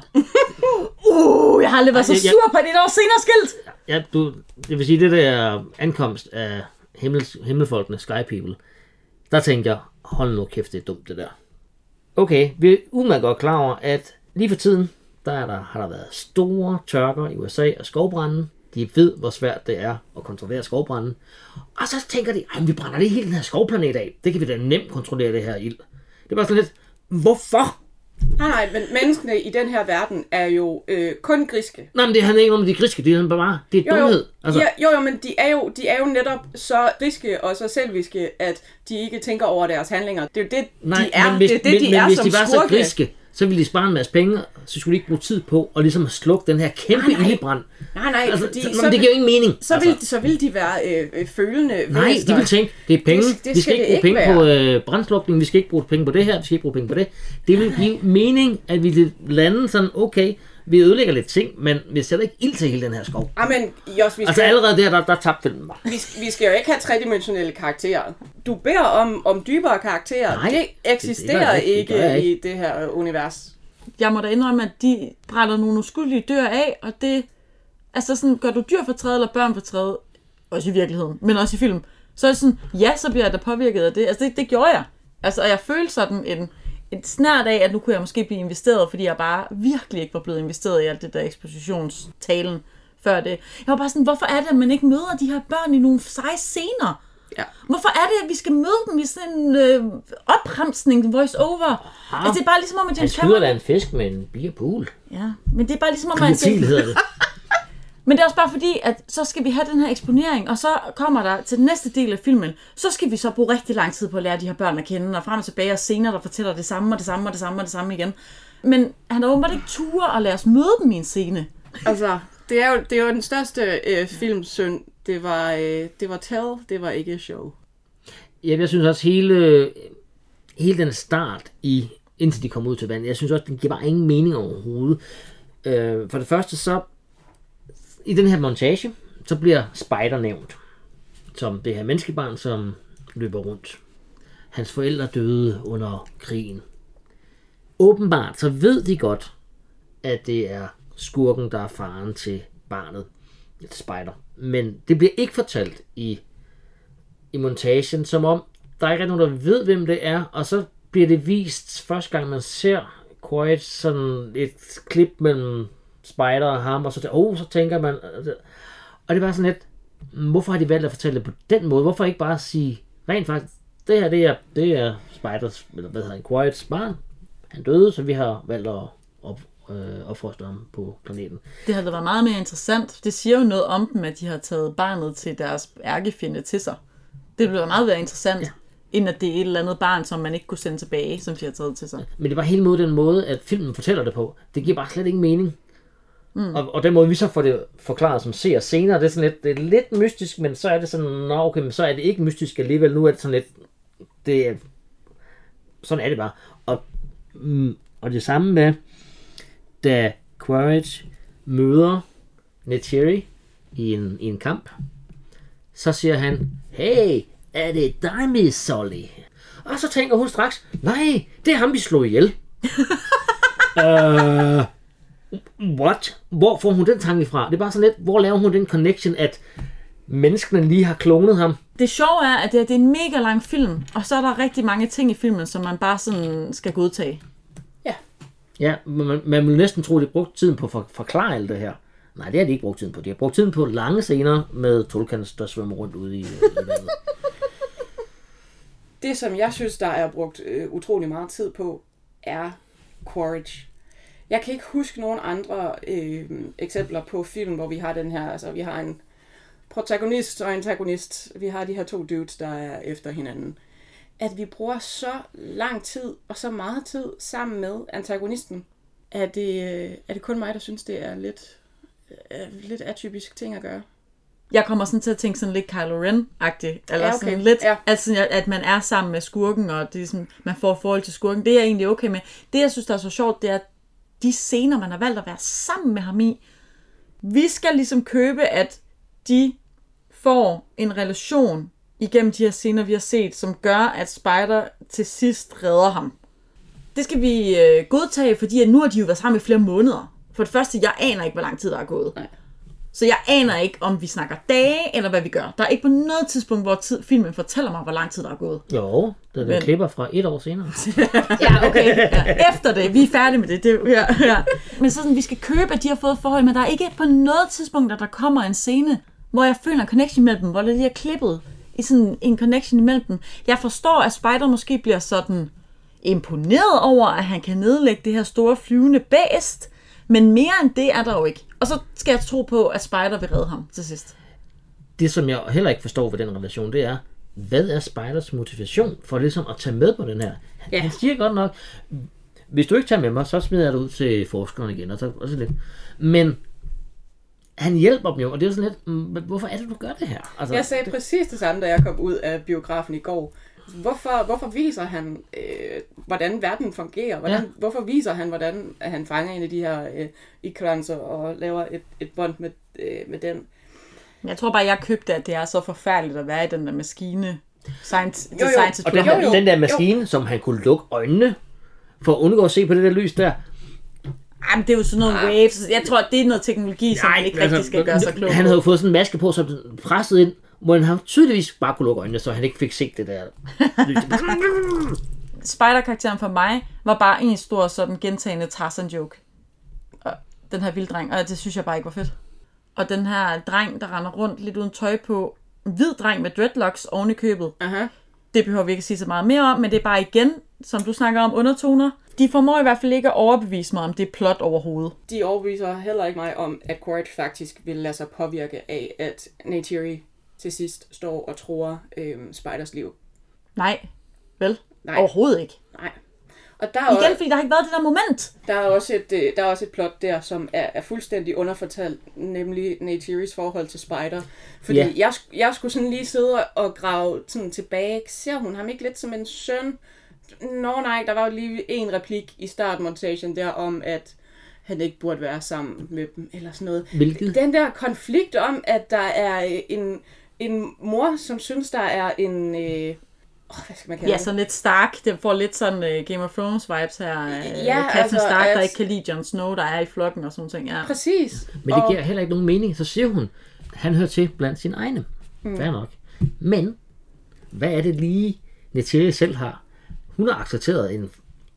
uh, jeg har aldrig været så Ej, jeg- sur på et et år senere skilt. Ja, du, det vil sige, det der ankomst af himmel, himmelfolkene, Sky People, der tænkte jeg, hold nu kæft, det er dumt det der. Okay, vi er udmærket godt klar over, at lige for tiden, der, er der har der været store tørker i U S A og skovbranden. De ved, hvor svært det er at kontrollere skovbranden. Og så tænker de, at vi brænder det hele den her skovplanet af. Det kan vi da nemt kontrollere, det her ild. Det var sådan lidt, hvorfor? Nej, nej, men menneskene i den her verden er jo øh, kun griske. Nej, men det handler ikke om de griske, det er bare, det er Jo, jo. dumhed. Altså, Ja, jo, jo, men de er jo, de er jo netop så griske og så selviske, at de ikke tænker over deres handlinger. Det er jo det, nej, de er. men hvis, det er det, men, de men er hvis som de var skurke. så griske, så ville de spare en masse penge, så skulle de ikke bruge tid på at ligesom slukke den her kæmpe Nej, nej. ildebrand. Nej, nej, Altså, fordi så, så, men det giver jo ingen mening. så, altså. vil, så vil de være øh, øh, følende Nej, de væsener. vil tænke, det er penge, Det- det vi skal skal ikke det bruge ikke penge på øh, brandslukning, vi skal ikke bruge penge på det her, vi skal ikke bruge penge på det. Det vil give mening, at vi vil lande sådan, okay, vi ødelægger lidt ting, men vi sætter ikke ild til hele den her skov. Jamen, Jos, vi skal, Altså allerede der, der, der tabte filmen mig. vi, skal- vi skal jo ikke have tredimensionelle karakterer. Du beder om, om dybere karakterer. Nej, det det- det eksisterer gør jeg ikke. Det ikke, gør jeg i det her øh, univers. Jeg må da indrømme, at de brænder nogle uskyldige dør af, og det, altså sådan, gør du dyr for træde eller børn for træde, også i virkeligheden, men også i film, så er det sådan, ja, så bliver jeg da påvirket af det. Altså det, det gjorde jeg. Altså, og jeg følte sådan en, en snart af, at nu kunne jeg måske blive investeret, fordi jeg bare virkelig ikke var blevet investeret i alt det der ekspositionstalen før det. Jeg var bare sådan, hvorfor er det, at man ikke møder de her børn i nogle seje scener? Ja. Hvorfor er det, at vi skal møde dem i sådan en øh, opremsning, voice-over? Altså, det er bare ligesom om, at Han James skyder Cameron... da en fisk med en bierpool. Ja, men det er bare ligesom om, at han Kritil hedder det. Men det er også bare fordi, at så skal vi have den her eksponering, og så kommer der til den næste del af filmen, så skal vi så bruge rigtig lang tid på at lære de her børn at kende, og frem og tilbage og scener, der fortæller det samme og det samme og det samme og det samme igen. Men han har åbenbart ikke ture at lade os møde dem i en scene. Altså, det er jo, det er jo den største øh, filmsynd. Det var, øh, det var tell, det var ikke show. Ja, jeg synes også, hele, hele den start, i, indtil de kommer ud til vandet, jeg synes også, den giver bare ingen mening overhovedet. Øh, for det første så, i den her montage, så bliver Spider nævnt, som det her menneskebarn, som løber rundt. Hans forældre døde under krigen. Åbenbart, så ved de godt, at det er skurken, der er faren til barnet, et Spider. Men det bliver ikke fortalt i i montagen, som om der ikke er nogen, der ved, hvem det er, og så bliver det vist første gang, man ser Quiet, sådan et klip mellem Spider og ham, og så, oh, så tænker man, og det var sådan lidt, hvorfor har de valgt at fortælle det på den måde? Hvorfor ikke bare sige, rent faktisk, det her, det er, det er Spiders, eller hvad hedder han, Quiets barn, han døde, så vi har valgt at op, øh, opfostre ham på planeten. Det havde været meget mere interessant. Det siger jo noget om dem, at de har taget barnet til deres ærkefjende til sig. Det ville være meget mere interessant, ja. End at det er et eller andet barn, som man ikke kunne sende tilbage, som de har taget til sig. Men det var helt mod den måde, at filmen fortæller det på. Det giver bare slet ingen mening. Mm. Og, og den måde, vi så får det forklaret som ser senere, det er sådan lidt, det er lidt mystisk, men så er det sådan, nå okay, men så er det ikke mystisk alligevel. Nu er det sådan lidt, det er, sådan er det bare. Og, mm, og det samme med, da Quaritch møder Neytiri i en, i en kamp, så siger han, hey, er det dig, Miss Sully? Og så tænker hun straks, nej, det er ham, vi slog ihjel. uh, what? Hvor får hun den tanke fra? Det er bare sådan lidt, hvor laver hun den connection, at menneskene lige har klonet ham? Det sjove er, at det er, det er en mega lang film, og så er der rigtig mange ting i filmen, som man bare sådan skal godtage. Ja. Ja, man, man vil næsten tro, at de brugte tiden på at for, forklare alt det her. Nej, det har de ikke brugt tiden på. De har brugt tiden på lange scener med Tolkans, der svømmer rundt ude i, i vandet. Det, som jeg synes, der er brugt øh, utrolig meget tid på, er Quaritch. Jeg kan ikke huske nogen andre øh, eksempler på film, hvor vi har den her, altså vi har en protagonist og antagonist. Vi har de her to dudes, der er efter hinanden. At vi bruger så lang tid og så meget tid sammen med antagonisten, er det, øh, er det kun mig, der synes, det er lidt, øh, lidt atypisk ting at gøre. Jeg kommer sådan til at tænke sådan lidt Kylo Ren-agtigt. Eller Ja, okay. sådan lidt, Ja. altså, at man er sammen med skurken, og det er sådan, man får forhold til skurken. Det er jeg egentlig okay med. Det, jeg synes, der er så sjovt, det er, at de scener, man har valgt at være sammen med ham i, vi skal ligesom købe, at de får en relation igennem de her scener, vi har set, som gør, at Spider til sidst redder ham. Det skal vi øh, godtage, fordi at nu har de jo været sammen i flere måneder. For det første, jeg aner ikke, hvor lang tid der er gået. Nej. Så jeg aner ikke, om vi snakker dage, eller hvad vi gør. Der er ikke på noget tidspunkt, hvor tid, filmen fortæller mig, hvor lang tid der er gået. Jo, det er Men... klipper fra et år senere. Ja, okay. Ja. Efter det. Vi er færdige med det. det ja, ja. Men så sådan, vi skal købe, at de har fået forhold, men der er ikke på noget tidspunkt, at der kommer en scene, hvor jeg føler en connection mellem dem, hvor det lige er klippet i sådan en connection imellem dem. Jeg forstår, at Spider måske bliver sådan imponeret over, at han kan nedlægge det her store flyvende bæst, men mere end det er der jo ikke. Og så skal jeg tro på, at Spider vil redde ham til sidst. Det, som jeg heller ikke forstår ved den relation, det er, hvad er Spiders motivation for ligesom at tage med på den her? Ja. Han siger godt nok, hvis du ikke tager med mig, så smider jeg dig ud til forskeren igen, og så, og så lidt. Men han hjælper dem jo, og det er sådan lidt, hvorfor er det, du gør det her? Altså, jeg sagde præcis det samme, da jeg kom ud af biografen i går. Hvorfor, hvorfor viser han, øh, hvordan verden fungerer? Hvordan, ja. Hvorfor viser han, hvordan han fanger en af de her øh, ikranser og laver et, et bånd med, øh, med den? Jeg tror bare, jeg købte, at det er så forfærdeligt at være i den der maskine. Science, jo, jo. Science og den, jo, jo. den der maskine, jo. Som han kunne lukke øjnene for at undgå at se på det der lys der. Jamen, det er jo sådan nogle waves. Jeg tror, det er noget teknologi, som man ikke altså, rigtig skal gøre sig klog. Han havde jo fået sådan en maske på, som presset ind, hvor han tydeligvis bare kunne lukke øjnene, så han ikke fik set det der lys. Spider-karakteren for mig var bare en stor sådan gentagende Tarzan-joke. Og den her vilddreng, og det synes jeg bare ikke var fedt. Og den her dreng, der render rundt lidt uden tøj på, hvid dreng med dreadlocks oven i købet. Uh-huh. Det behøver vi ikke at sige så meget mere om, men det er bare igen, som du snakker om, undertoner. De formår i hvert fald ikke at overbevise mig om det plot overhovedet. De overbeviser heller ikke mig om, at Quaritch faktisk vil lade sig påvirke af, at Neytiri til sidst står og tror øhm, Spiders liv. Nej, vel? Nej. Overhovedet ikke. Nej. Og der er igen, også, fordi der har ikke været det der moment. Der er også et, der er også et plot der, som er, er fuldstændig underfortalt, nemlig Neytiris forhold til Spider. Fordi yeah. jeg, jeg skulle sådan lige sidde og grave sådan tilbage. Ser hun ham ikke lidt som en søn? Nå nej, der var jo lige en replik i startmontagen der om, at han ikke burde være sammen med dem, eller sådan noget. Hvilket? Den der konflikt om, at der er en, en mor, som synes, der er en... Øh, Oh, hvad skal man kalde ja, sådan lidt Stark. Det får lidt sådan uh, Game of Thrones vibes her. Uh, ja, Captain altså, Stark, at... der ikke kan lide Jon Snow, der er i flokken og sådan ting. Ja. Præcis. Men det giver og... heller ikke nogen mening. Så siger hun, han hører til blandt sine egne. Mm. Fair nok. Men, hvad er det lige, Neytiri selv har? Hun har accepteret en,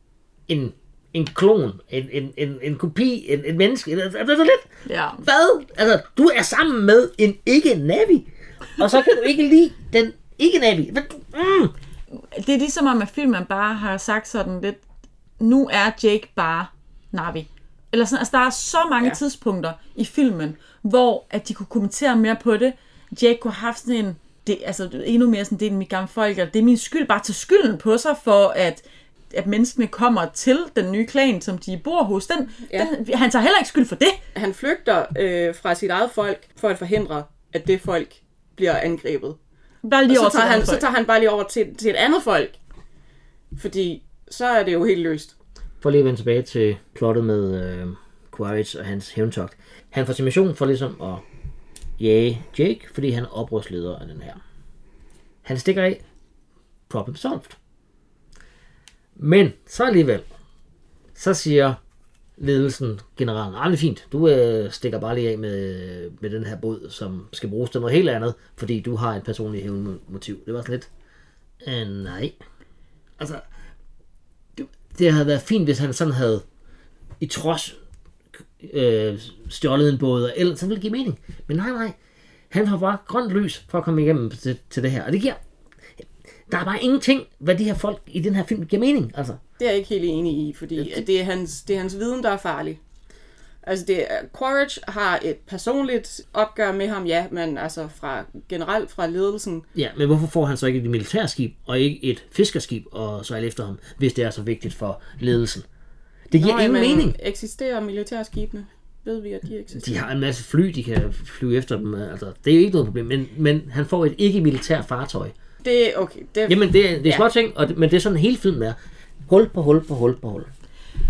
en, en klon, en, en, en, en kopi, en, en menneske. Er det så lidt? Ja. Hvad? Altså, du er sammen med en ikke-Navi, og så kan du ikke lide den ikke-Navi. Mm. Det er ligesom om, at filmen bare har sagt sådan lidt, nu er Jake bare Navi. Eller sådan, altså der er så mange ja. tidspunkter i filmen, hvor at de kunne kommentere mere på det. Jake kunne have sådan en, det, altså endnu mere sådan, det er mit gamle folk, det er min skyld, bare til skylden på sig, for at, at menneskene kommer til den nye klan, som de bor hos. Den, ja. den, han tager heller ikke skyld for det. Han flygter øh, fra sit eget folk, for at forhindre, at det folk bliver angrebet. Bare lige og over så tager, han, så tager han bare lige over til, til et andet folk. Fordi så er det jo helt løst. For lige at vende tilbage til plottet med øh, Quaritch og hans hævntogt. Han får sin mission for ligesom at jage Jake, fordi han er oprørsleder af den her. Han stikker af. Problem solved. Men så alligevel, så siger ledelsen, generalen, ah, det er fint, du øh, stikker bare lige af med, med den her båd, som skal bruges til noget helt andet, fordi du har et personligt hævnmotiv. Det var sådan lidt, øh, nej. Altså, det, det havde været fint, hvis han sådan havde i trods øh, stjålet en båd, eller så ville det give mening. Men nej, nej. Han har bare grønt lys for at komme igennem til, til det her. Og det giver, der er bare ingenting, hvad de her folk i den her film giver mening, altså. Det er jeg ikke helt enig i, fordi ja, det... det, er hans, det er hans viden, der er farlig. Altså, det er, Quaritch har et personligt opgør med ham, ja, men altså fra, generelt fra ledelsen. Ja, men hvorfor får han så ikke et militærskib, og ikke et fiskerskib, og sejle efter ham, hvis det er så vigtigt for ledelsen? Det giver Nå, ingen men mening. Eksisterer militærskibene? Ved vi, at de eksisterer? De har en masse fly, de kan flyve efter dem, altså, det er jo ikke noget problem, men, men han får et ikke-militær fartøj. Det er okay. Det er... Jamen, det er, det er ja. små ting, og det, men det er sådan hele filmen er. Hul på hul på hul på hul.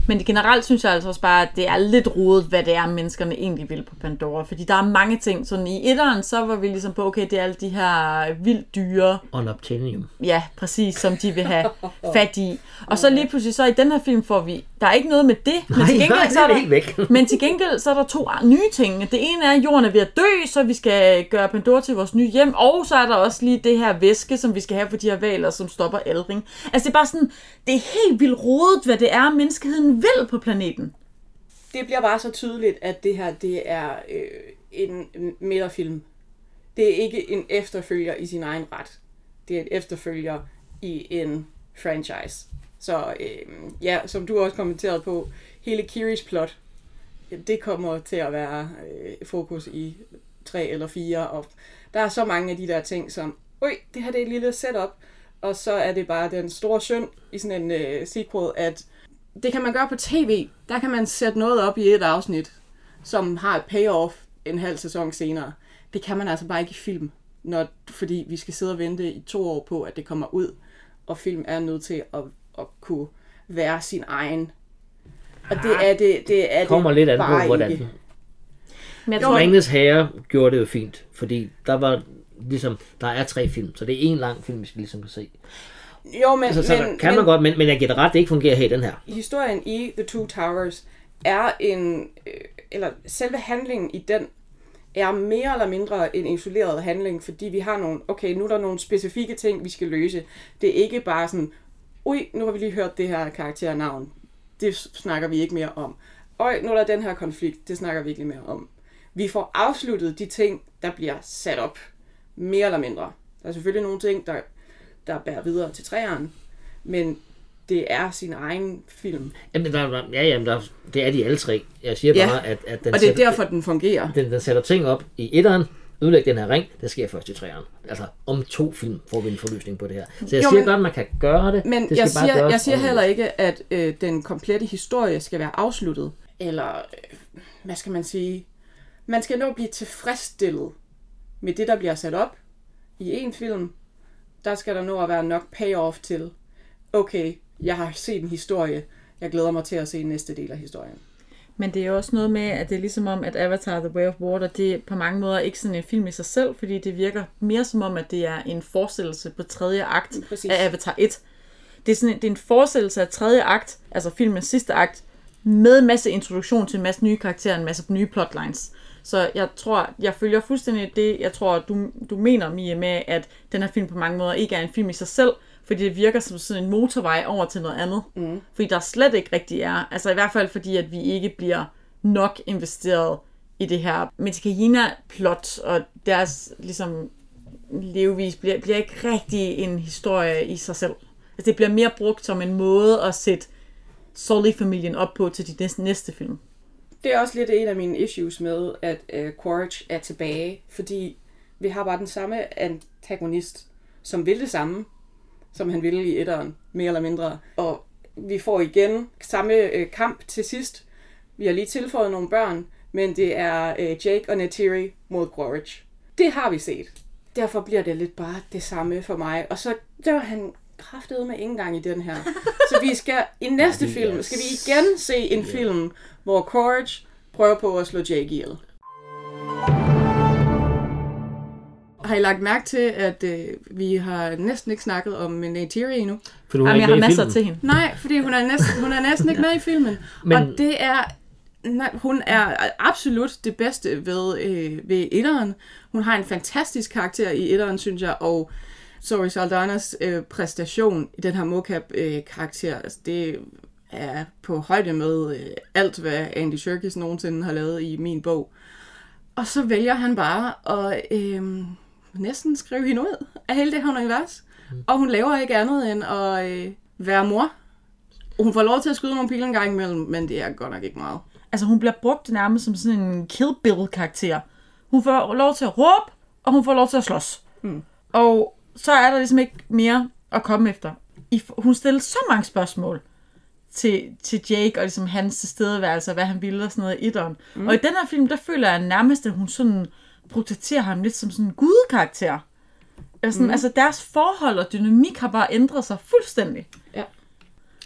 Men generelt synes jeg altså også bare, at det er lidt rodet, hvad det er, menneskerne egentlig vil på Pandora. Fordi der er mange ting. Sådan i etteren, så var vi ligesom på, okay, det er alle de her vildt dyre... Unobtainium. Ja, præcis, som de vil have fat i. Og så lige pludselig, så i den her film får vi... Der er ikke noget med det. Men Nej, til gengæld, nej, så er det er der, helt væk. men til gengæld, så er der to nye ting. Det ene er, at jorden er ved at dø, så vi skal gøre Pandora til vores nye hjem. Og så er der også lige det her væske, som vi skal have for de her hvaler, som stopper aldring. Altså det er bare sådan... Det er helt vildt rodet, hvad det er, menneskeheden vil på planeten. Det bliver bare så tydeligt, at det her, det er øh, en metafilm. Det er ikke en efterfølger i sin egen ret. Det er en efterfølger i en franchise. Så øh, ja, som du også kommenterede på, hele Kiris plot, det kommer til at være øh, fokus i tre eller fire. Og der er så mange af de der ting, som, øj, det her det er et lille setup, og så er det bare den store synd i sådan en øh, sequel, at det kan man gøre på tv. Der kan man sætte noget op i et afsnit, som har et payoff en halv sæson senere. Det kan man altså bare ikke i film, når, fordi vi skal sidde og vente i to år på, at det kommer ud, og film er nødt til at, at kunne være sin egen. Og det er det, det er kommer det lidt an bare på, hvordan. ikke. Men jeg tror, Ringenes Herre gjorde det jo fint, fordi der var ligesom, der er tre film, så det er en lang film, vi skal ligesom kan se. Jo, men, Altså, så men, kan man men godt, men, men jeg giver det ret, det ikke fungerer her i den her. historien i The Two Towers er en, øh, eller selve handlingen i den, er mere eller mindre en isoleret handling, fordi vi har nogle, okay, nu er der nogle specifikke ting, vi skal løse. Det er ikke bare sådan, ui, nu har vi lige hørt det her karakternavn, det snakker vi ikke mere om. Øj, nu er der den her konflikt, det snakker vi ikke mere om. Vi får afsluttet de ting, der bliver sat op, mere eller mindre. Der er selvfølgelig nogle ting, der, der bærer videre til træerne, men det er sin egen film. Jamen, der, der, ja, jamen der, det er de alle tre. Jeg siger Ja, bare, at, at den, og det er sætter, derfor, den fungerer. den, den sætter ting op i etteren, ødelæg den her ring, det sker først i træerne. Altså, om to film får vi en forløsning på det her. Så jeg Jo, siger men- godt, at man kan gøre det. Men det jeg skal bare siger, gøres jeg siger heller ordentligt. ikke, at øh, den komplette historie skal være afsluttet. Eller, øh, hvad skal man sige? Man skal nå blive tilfredsstillet med det, der bliver sat op i en film. Der skal der nå at være nok payoff til, okay, jeg har set en historie, jeg glæder mig til at se næste del af historien. Men det er jo også noget med, at det er ligesom om, at Avatar The Way of Water, det er på mange måder ikke sådan en film i sig selv, fordi det virker mere som om, at det er en forestillelse på tredje akt Præcis. af Avatar et. Det er, sådan en, det er en forestillelse af tredje akt, altså filmens sidste akt, med en masse introduktion til en masse nye karakterer, en masse nye plotlines. Så jeg tror, jeg følger fuldstændig det, jeg tror, du, du mener, Mia, med, at den her film på mange måder ikke er en film i sig selv, fordi det virker som sådan en motorvej over til noget andet. Mm. Fordi der slet ikke rigtig er. Altså i hvert fald fordi, at vi ikke bliver nok investeret i det her Metkayina-plot, og deres ligesom levevis bliver, bliver ikke rigtig en historie i sig selv. Altså det bliver mere brugt som en måde at sætte Sully-familien op på til de næste, næste film. Det er også lidt en af mine issues med, at øh, Quaritch er tilbage, fordi vi har bare den samme antagonist, som vil det samme, som han ville i etteren, mere eller mindre. Og vi får igen samme øh, kamp til sidst. Vi har lige tilføjet nogle børn, men det er øh, Jake og Neytiri mod Quaritch. Det har vi set. Derfor bliver det lidt bare det samme for mig. Og så dør han kraftedeme ikke engang i den her. Så vi skal i næste film, skal vi igen se en film, hvor Quaritch prøver på at slå Jake ihjel. Har I lagt mærke til, at øh, vi har næsten ikke snakket om Neytiri endnu? For du er Jamen, jeg ikke har med i masser filmen. til hende. Nej, fordi hun er næsten, hun er næsten ikke med i filmen. Men- Og det er... Nej, hun er absolut det bedste ved, øh, ved etteren. Hun har en fantastisk karakter i etteren, synes jeg, og Zoe Saldanas øh, præstation i den her mocap-karakter, øh, altså, det er på højde med øh, alt, hvad Andy Serkis nogensinde har lavet i min bog. Og så vælger han bare at øh, næsten skrive hende ud af hele det her univers. Mm. Og hun laver ikke andet end at øh, være mor. Hun får lov til at skyde nogle pile en gang imellem, men det er godt nok ikke meget. Altså hun bliver brugt nærmest som sådan en Kill Bill-karakter. Hun får lov til at råbe, og hun får lov til at slås. Mm. Og så er der ligesom ikke mere at komme efter. I, hun stiller så mange spørgsmål til, til Jake, og ligesom hans tilstedeværelse, og hvad han ville og sådan noget i etteren. Mm. Og i den her film, der føler jeg nærmest, at hun sådan portrætterer ham lidt som sådan en gudekarakter. Altså, sådan, mm. altså deres forhold og dynamik har bare ændret sig fuldstændig. Ja.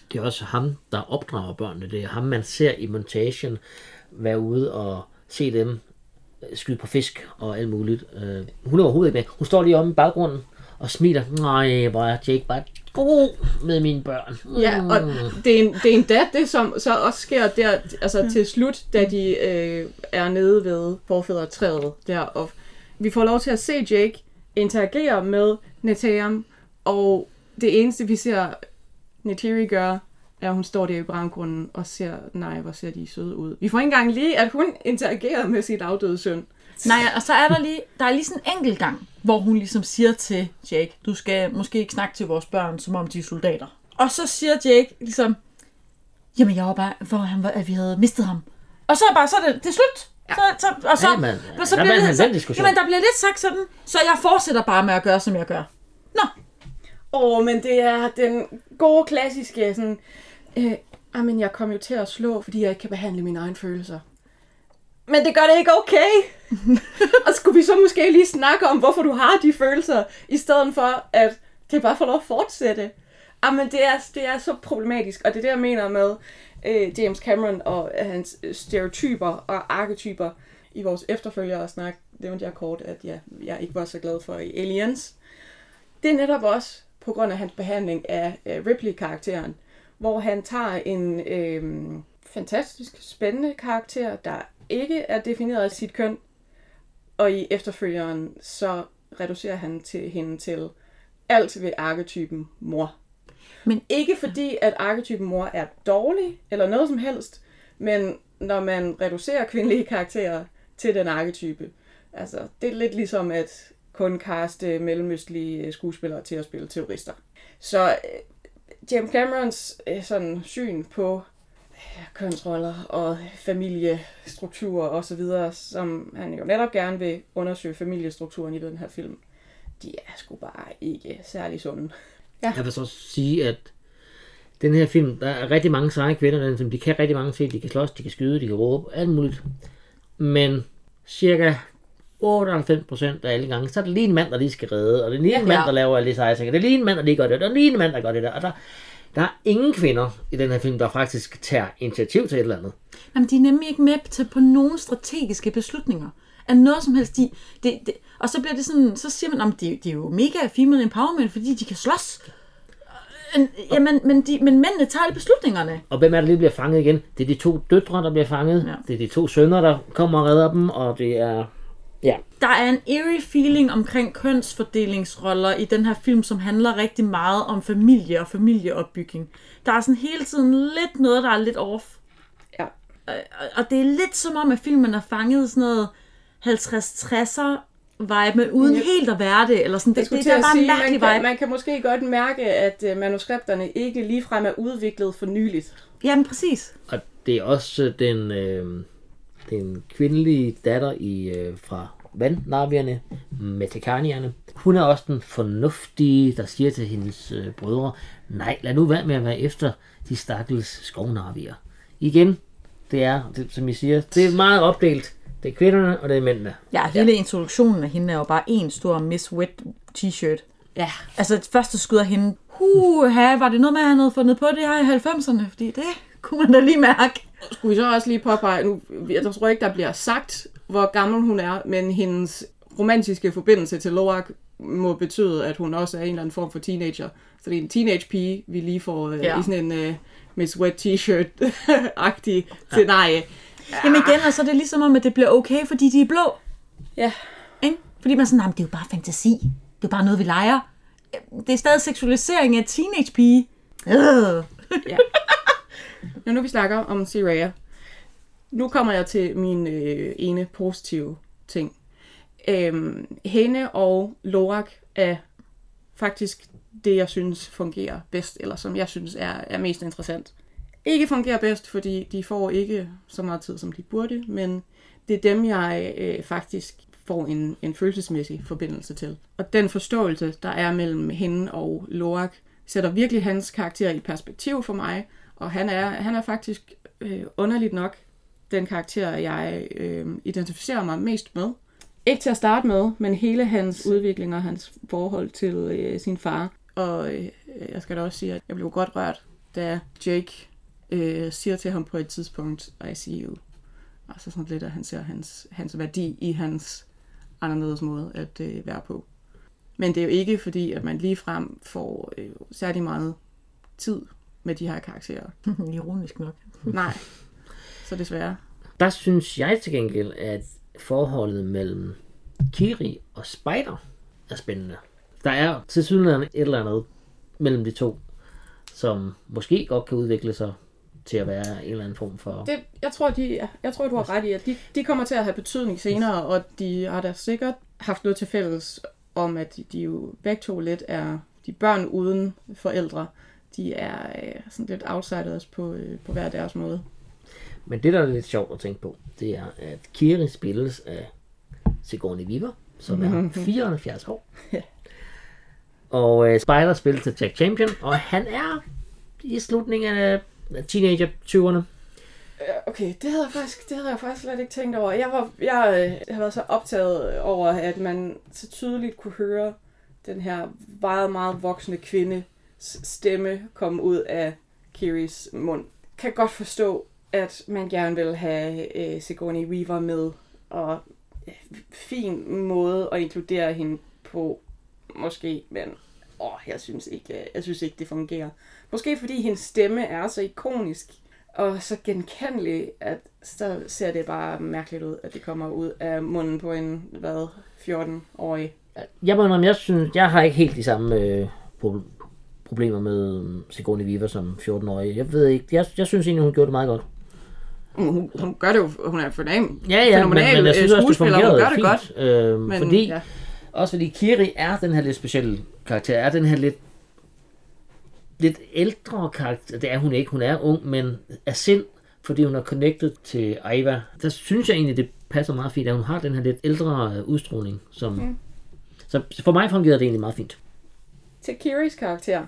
det er også ham, der opdrager børnene. Det er ham, man ser i montagen være ude og se dem skyde på fisk og alt muligt. Uh, hun er overhovedet ikke med. Hun står lige omme i baggrunden og smiler. Nej, hvor er Jake bare god med mine børn. Mm. Ja, og det er en, det er en dat, det som så også sker der, altså til slut, da de øh, er nede ved forfædretræet der, og vi får lov til at se Jake interagere med Neteyam, og det eneste vi ser Neytiri gøre, er at hun står der i baggrunden og ser, nej, hvor ser de søde ud. Vi får ikke engang lige, at hun interagerer med sit afdøde søn. Nej, og så er der lige, der er lige sådan en enkelt gang, hvor hun ligesom siger til Jake, du skal måske ikke snakke til vores børn, som om de er soldater. Og så siger Jake ligesom, jamen jeg var bare, hvor han var, at vi havde mistet ham. Og så er bare, så er det, det er slut. Ja. Så, så, og så, ja, man, og så der bliver det, så, så, jamen, der bliver lidt sagt sådan, så jeg fortsætter bare med at gøre, som jeg gør. Nå. Åh, oh, men det er den gode, klassiske, sådan, øh, men jeg kom jo til at slå, fordi jeg ikke kan behandle mine egne følelser. Men det gør det ikke okay. Og skulle vi så måske lige snakke om, hvorfor du har de følelser, i stedet for, at det bare får lov at fortsætte. Jamen, det er, det er så problematisk, og det er det, jeg mener med øh, James Cameron og hans stereotyper og arketyper i vores efterfølgere snak. Det var jeg kort, at jeg, jeg ikke var så glad for i Aliens. Det er netop også på grund af hans behandling af øh, Ripley-karakteren, hvor han tager en øh, fantastisk spændende karakter, der ikke er defineret af sit køn, og i efterfølgeren så reducerer han til hende til alt ved arketypen mor. Men ikke fordi, at arketypen mor er dårlig, eller noget som helst, men når man reducerer kvindelige karakterer til den arketype, altså det er lidt ligesom at kun kaste mellemøstlige skuespillere til at spille terrorister. Så James Camerons sådan syn på kønsroller og familiestrukturer og så videre, som han jo netop gerne vil undersøge familiestrukturen i den her film, de er sgu bare ikke særlig sunde. Ja. Jeg vil så sige, at den her film, der er rigtig mange seje kvinder, den film, de kan rigtig mange ting, de kan slås, de kan skyde, de kan råbe, alt muligt. Men cirka otteoghalvfems procent af alle gange, så er det lige en mand, der lige skal redde, og det er lige en ja, mand, der laver alle de seje ting, det er lige en mand, der lige gør det, og det er lige en mand, der gør det der, og der Der er ingen kvinder i den her film, der faktisk tager initiativ til et eller andet. Jamen, de er nemlig ikke med til på nogen strategiske beslutninger. Af noget som helst. De, de, de, og så bliver det sådan, så siger man, at det, det er jo mega female empowerment, fordi de kan slås. Jamen, men, de, men mændene tager alle beslutningerne. Og hvem er der lige bliver fanget igen? Det er de to døtre, der bliver fanget. Ja. Det er de to sønner, der kommer og redder dem, og det er... Ja. Der er en eerie feeling omkring kønsfordelingsroller i den her film, som handler rigtig meget om familie og familieopbygning. Der er sådan hele tiden lidt noget, der er lidt off. Ja. Og det er lidt som om, at filmen er fanget sådan noget halvtreds tresser vibe, men uden ja. helt at være det. Eller sådan. Det, det, det er bare sige, en mærkelig man kan, vibe. Man kan måske godt mærke, at manuskripterne ikke ligefrem er udviklet for nyligt. Jamen præcis. Og det er også den... Øh... den kvindelige datter i, øh, fra vandnavierne, Metekanierne. Hun er også den fornuftige, der siger til hendes øh, brødre, nej, lad nu være med at være efter de stakkels skovnavier. Igen, det er, det, som I siger, det er meget opdelt. Det er kvinderne, og det er mændene. Ja, hele ja. introduktionen af hende er jo bare en stor Miss Wet t-shirt. Ja. Altså, det første skud af hende, huha, var det noget med, at han havde fundet på det her i halvfemserne? Fordi det kunne man da lige mærke. Skulle vi så også lige påpege, nu, jeg tror ikke, der bliver sagt, hvor gammel hun er, men hendes romantiske forbindelse til Loak må betyde, at hun også er en eller anden form for teenager. Så det er en teenage-pige, vi lige får ja. i sådan en uh, Miss Wet t-shirt-agtig scenarie. Ja. Jamen igen, altså det er ligesom om, at det bliver okay, fordi de er blå. Ja. Ikke? Fordi man er sådan, nej, det er jo bare fantasi. Det er jo bare noget, vi leger. Det er stadig seksualisering af teenage-pige. Øh. Ja. Når nu vi snakker om Seraya, nu kommer jeg til min øh, ene positive ting. Øhm, hende og Loak er faktisk det, jeg synes fungerer bedst, eller som jeg synes er, er mest interessant. Ikke fungerer bedst, fordi de får ikke så meget tid, som de burde, men det er dem, jeg øh, faktisk får en, en følelsesmæssig forbindelse til. Og den forståelse, der er mellem hende og Loak, sætter virkelig hans karakter i perspektiv for mig, og han er, han er faktisk øh, underligt nok den karakter, jeg øh, identificerer mig mest med. Ikke til at starte med, men hele hans udvikling og hans forhold til øh, sin far. Og øh, jeg skal da også sige, at jeg blev godt rørt da Jake øh, siger til ham på et tidspunkt, I see you. Altså sådan lidt, at han ser hans, hans værdi i hans anderledes måde at øh, være på. Men det er jo ikke fordi, at man ligefrem får øh, særlig meget tid med de her karakterer. Ironisk nok. Nej, så desværre. Der synes jeg til gengæld, at forholdet mellem Kiri og Spider er spændende. Der er tilsyneladende et eller andet mellem de to, som måske godt kan udvikle sig til at være en eller anden form for... Det, jeg, tror, de, jeg tror, du har ret i, at de, de kommer til at have betydning senere, og de har da sikkert haft noget til fælles om, at de, de jo begge to lidt er de børn uden forældre. De er øh, sådan lidt outsiders på, øh, på hver deres måde. Men det, der er lidt sjovt at tænke på, det er, at Kiri spilles af Sigourney Weaver, som er fireoghalvfjerds år. Og øh, Spider spilles af Jack Champion, og han er i slutningen af teenager-tyverne. Okay, det havde jeg faktisk, det havde jeg faktisk slet ikke tænkt over. Jeg var, jeg, jeg har været så optaget over, at man så tydeligt kunne høre den her meget, meget voksne kvinde stemme komme ud af Kiris mund. Kan godt forstå, at man gerne vil have øh, Sigourney Weaver med, og øh, fin måde at inkludere hende på, måske, men åh, jeg synes ikke, jeg synes ikke, det fungerer. Måske fordi hendes stemme er så ikonisk og så genkendelig, at så ser det bare mærkeligt ud, at det kommer ud af munden på en, hvad, fjorten-årig. Jeg må indrømme, jeg synes, jeg har ikke helt de samme øh, problemer med Sigourney Weaver som fjorten-årig. Jeg ved ikke, jeg, jeg synes egentlig, hun gjorde det meget godt. Hun, hun gør det jo, hun er fornem, ja, ja, men, men jeg synes også, det fungerede hun gør det fint. Godt. Øh, men, fordi, ja. Også fordi Kiri er den her lidt specielle karakter, er den her lidt lidt ældre karakter. Det er hun ikke, hun er ung, men er sind, fordi hun er connected til Ava. Der synes jeg egentlig, det passer meget fint, at hun har den her lidt ældre udstråling. Som, mm. Så for mig fungerede det egentlig meget fint. Til Kiris karakter.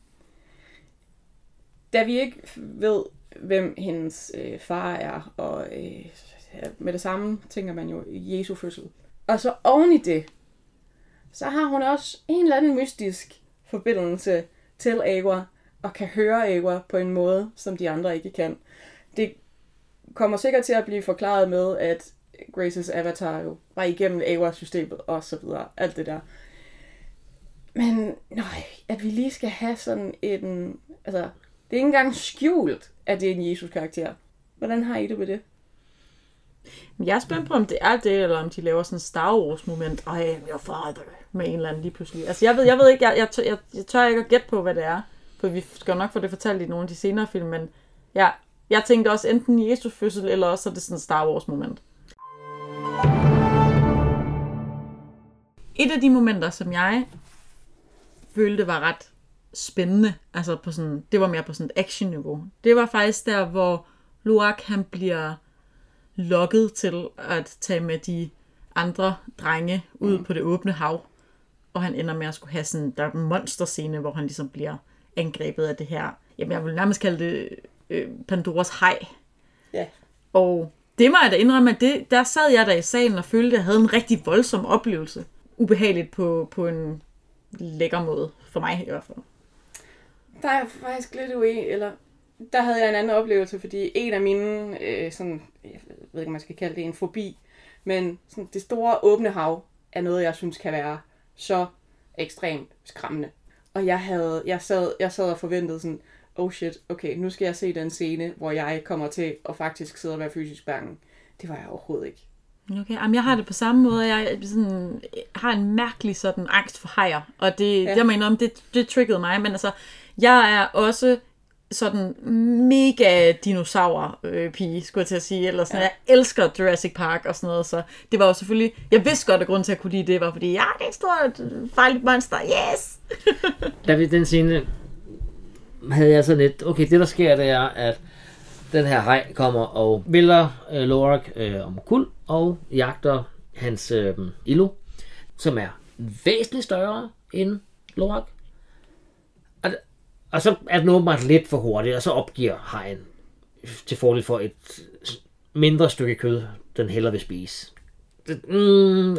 Da vi ikke ved, hvem hendes øh, far er, og øh, med det samme tænker man jo Jesu fødsel. Og så oven i det, så har hun også en eller anden mystisk forbindelse til Awa, og kan høre Awa på en måde, som de andre ikke kan. Det kommer sikkert til at blive forklaret med, at Graces avatar jo var igennem Awa-systemet, og så videre, alt det der. Men nej, at vi lige skal have sådan en... Altså, det er ikke engang skjult, at det er en Jesus-karakter. Hvordan har I det med det? Jeg er spændt på, om det er det, eller om de laver sådan en Star Wars-moment. Ej, your father, med en eller anden lige pludselig. Altså, jeg ved, jeg ved ikke, jeg, jeg, tør, jeg, jeg tør ikke at gætte på, hvad det er. For vi skal jo nok få det fortalt i nogle af de senere film, men ja, jeg tænkte også enten Jesus fødsel, eller også er det sådan en Star Wars-moment. Et af de momenter, som jeg følte var ret spændende, altså på sådan, det var mere på sådan et action-niveau, det var faktisk der, hvor Loak, han bliver lokket til at tage med de andre drenge ud mm. på det åbne hav, og han ender med at skulle have sådan, der er en monsterscene, hvor han ligesom bliver angrebet af det her, jamen jeg vil nærmest kalde det øh, Pandoras haj. Ja. Yeah. Og det må jeg da indrømme, at det, der sad jeg der i salen og følte, at jeg havde en rigtig voldsom oplevelse. Ubehageligt på, på en lækker måde, for mig i hvert fald. Der er jeg faktisk lidt uenig, eller der havde jeg en anden oplevelse, fordi en af mine, øh, sådan, jeg ved ikke, om man skal kalde det en fobi, men sådan, det store åbne hav er noget, jeg synes kan være så ekstremt skræmmende. Og jeg havde, jeg sad, jeg sad og forventede sådan, oh shit, okay, nu skal jeg se den scene, hvor jeg kommer til at faktisk sidde og være fysisk bange. Det var jeg overhovedet ikke. Okay, jamen jeg har det på samme måde. Jeg sådan, har en mærkelig sådan angst for hajer, og det, ja. Jeg mener om det, det triggede mig, men altså, jeg er også sådan mega dinosaur-pige, skulle jeg til at sige, eller sådan, ja. Jeg elsker Jurassic Park og sådan noget, så det var jo selvfølgelig, jeg vidste godt, at grunden til at kunne lide det var, fordi ja, det er et stort, farligt monster, yes! Da vi den scene havde jeg sådan lidt, okay, det der sker, det er, at den her haj kommer og vælter øh, Lorak øh, om kul og jagter hans øh, Ilo, som er væsentligt større end Lorak. Og, og så er den åbenbart lidt for hurtigt, og så opgiver hajen til fordel for et mindre stykke kød, den hellere vil spise. Det, mm, okay,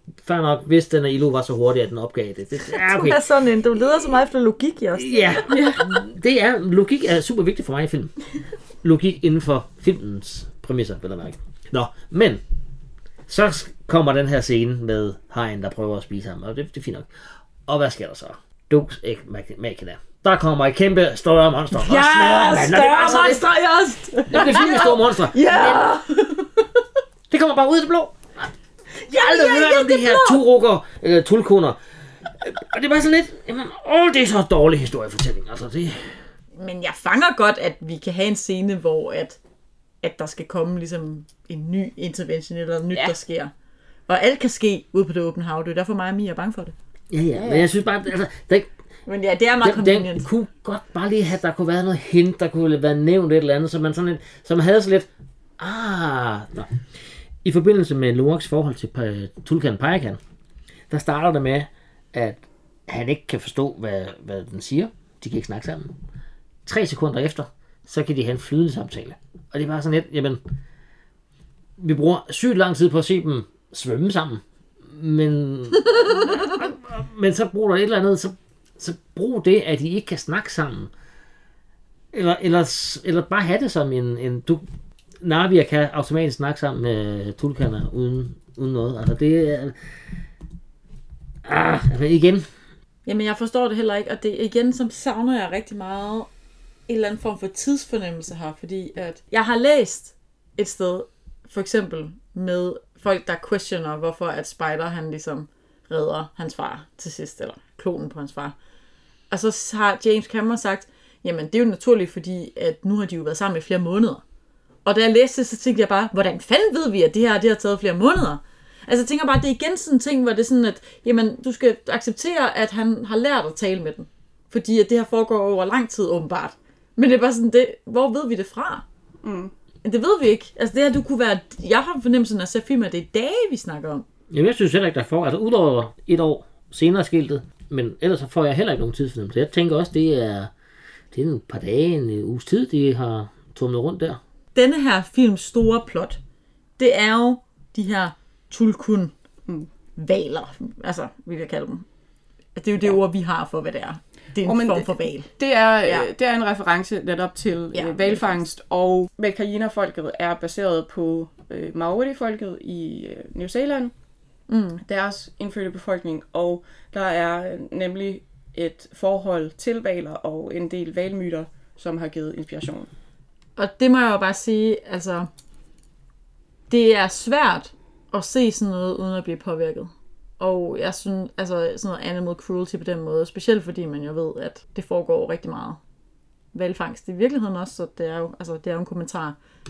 fair nok, hvis den af Ilo var så hurtig, at den opgav det. det ja, okay. Du er sådan en, du leder så meget efter logik, Jost. Ja, det er, logik er super vigtigt for mig i film. Logik inden for filmens præmisser, vil jeg mærke. Nå, men så kommer den her scene med hajen, der prøver at spise ham, og det, det er fint nok. Og hvad sker der så? Deus Ex Machina. Der kommer et kæmpe større monster. Ja, og større monster, Jost! Det er det fine store monster. Ja! Det kommer bare ud af det blå. Jeg har aldrig hørt om de her turukker, eller tulkuner. Og det er bare sådan lidt, jamen, åh, det er så dårlig historiefortælling. Altså, det... Men jeg fanger godt, at vi kan have en scene, hvor at, at der skal komme ligesom en ny intervention, eller noget nyt, ja. Der sker. Og alt kan ske ude på det åbne hav. Det er derfor mig og Mia er bange for det. Ja, ja, men jeg synes bare, altså, der, men ja, det er meget convenient. Den kunne godt bare lige have, der kunne være noget hint, der kunne være nævnt et eller andet, så man sådan lidt, som havde så lidt, ah, nå. I forbindelse med Lorax forhold til Tulkan Payakan, der starter det med, at han ikke kan forstå, hvad, hvad den siger. De kan ikke snakke sammen. Tre sekunder efter, så kan de have en flydende samtale. Og det er bare sådan lidt, jamen, vi bruger sygt lang tid på at se dem svømme sammen. Men, men så bruger der et eller andet, så, så brug det, at de ikke kan snakke sammen. Eller, eller, eller bare have det som en, en du, Navia kan automatisk snakke sammen med tulkaner uden, uden noget. Altså det er... Ah, altså igen. Jamen jeg forstår det heller ikke, og det igen, som savner jeg rigtig meget en eller anden form for tidsfornemmelse her, fordi at jeg har læst et sted, for eksempel med folk, der questioner, hvorfor at Spider, han ligesom redder hans far til sidst, eller klonen på hans far. Og så har James Cameron sagt, jamen det er jo naturligt, fordi at nu har de jo været sammen i flere måneder. Og da jeg læste det, så tænkte jeg bare, hvordan fanden ved vi, at det her det har taget flere måneder? Altså jeg tænker bare, det er igen sådan en ting, hvor det er sådan, at jamen, du skal acceptere, at han har lært at tale med den. Fordi at det her foregår over lang tid, åbenbart. Men det er bare sådan, det, hvor ved vi det fra? Mm. Det ved vi ikke. Altså det her, du kunne være, jeg har fornemmelsen at se film, at det er dage, vi snakker om. Jamen jeg synes heller ikke, der får, altså udover et år senere skiltet, men ellers så får jeg heller ikke nogen tidsfornemmelse. Jeg tænker også, det er, det er et par dage, en uges tid, de har tumlet rundt der. Denne her films store plot, det er jo de her tulkun valer, altså vil jeg kalde dem. Det er jo det ja. ord, vi har for, hvad det er. Det er en oh, form for val. Det er, ja. det er en reference netop til ja, øh, valfangst, og Metkayina-folket er baseret på øh, Maori-folket i øh, New Zealand, mm. deres indfødte befolkning, og der er nemlig et forhold til valer og en del valmyter, som har givet inspiration. Og det må jeg jo bare sige, altså, det er svært at se sådan noget, uden at blive påvirket. Og jeg synes, altså sådan noget animal cruelty på den måde, specielt fordi man jo ved, at det foregår rigtig meget valfangst i virkeligheden også, så det er jo, altså, det er jo en kommentar.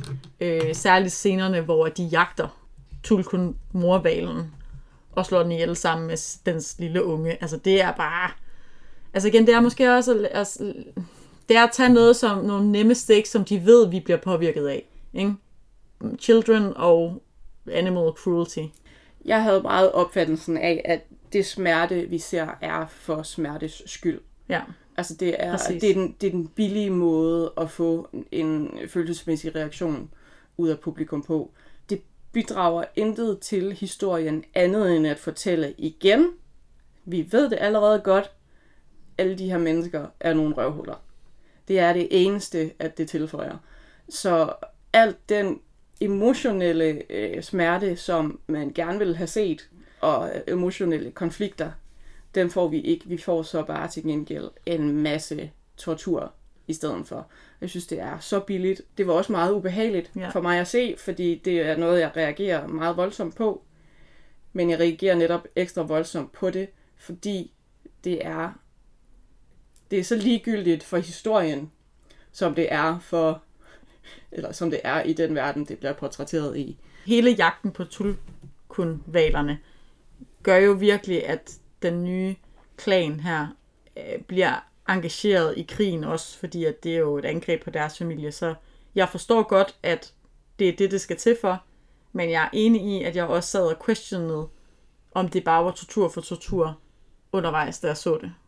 Øh, særligt scenerne, hvor de jagter tulkun morvalen og slår den ihjel sammen med dens lille unge. Altså det er bare, altså igen, det er måske også, altså, det er at tage noget som nogle nemme sticks, som de ved, vi bliver påvirket af. Ikke? Children og animal cruelty. Jeg havde meget opfattelsen af, at det smerte, vi ser, er for smertes skyld. Ja. Altså det er, det er, den, det er den billige måde at få en følelsesmæssig reaktion ud af publikum på. Det bidrager intet til historien andet end at fortælle igen. Vi ved det allerede godt. Alle de her mennesker er nogle røvhuller. Det er det eneste, at det tilføjer. Så alt den emotionelle øh, smerte, som man gerne vil have set, og emotionelle konflikter, den får vi ikke. Vi får så bare til gengæld en masse tortur i stedet for. Jeg synes, det er så billigt. Det var også meget ubehageligt ja. for mig at se, fordi det er noget, jeg reagerer meget voldsomt på. Men jeg reagerer netop ekstra voldsomt på det, fordi det er, det er så ligegyldigt for historien, som det er for eller som det er i den verden, det bliver portrætteret i. Hele jagten på tulkun-valerne gør jo virkelig, at den nye klan her øh, bliver engageret i krigen også, fordi at det er jo et angreb på deres familie. Så jeg forstår godt, at det er det, det skal til for, men jeg er enig i, at jeg også sad og questionede, om det bare var tortur for tortur undervejs, da jeg så det.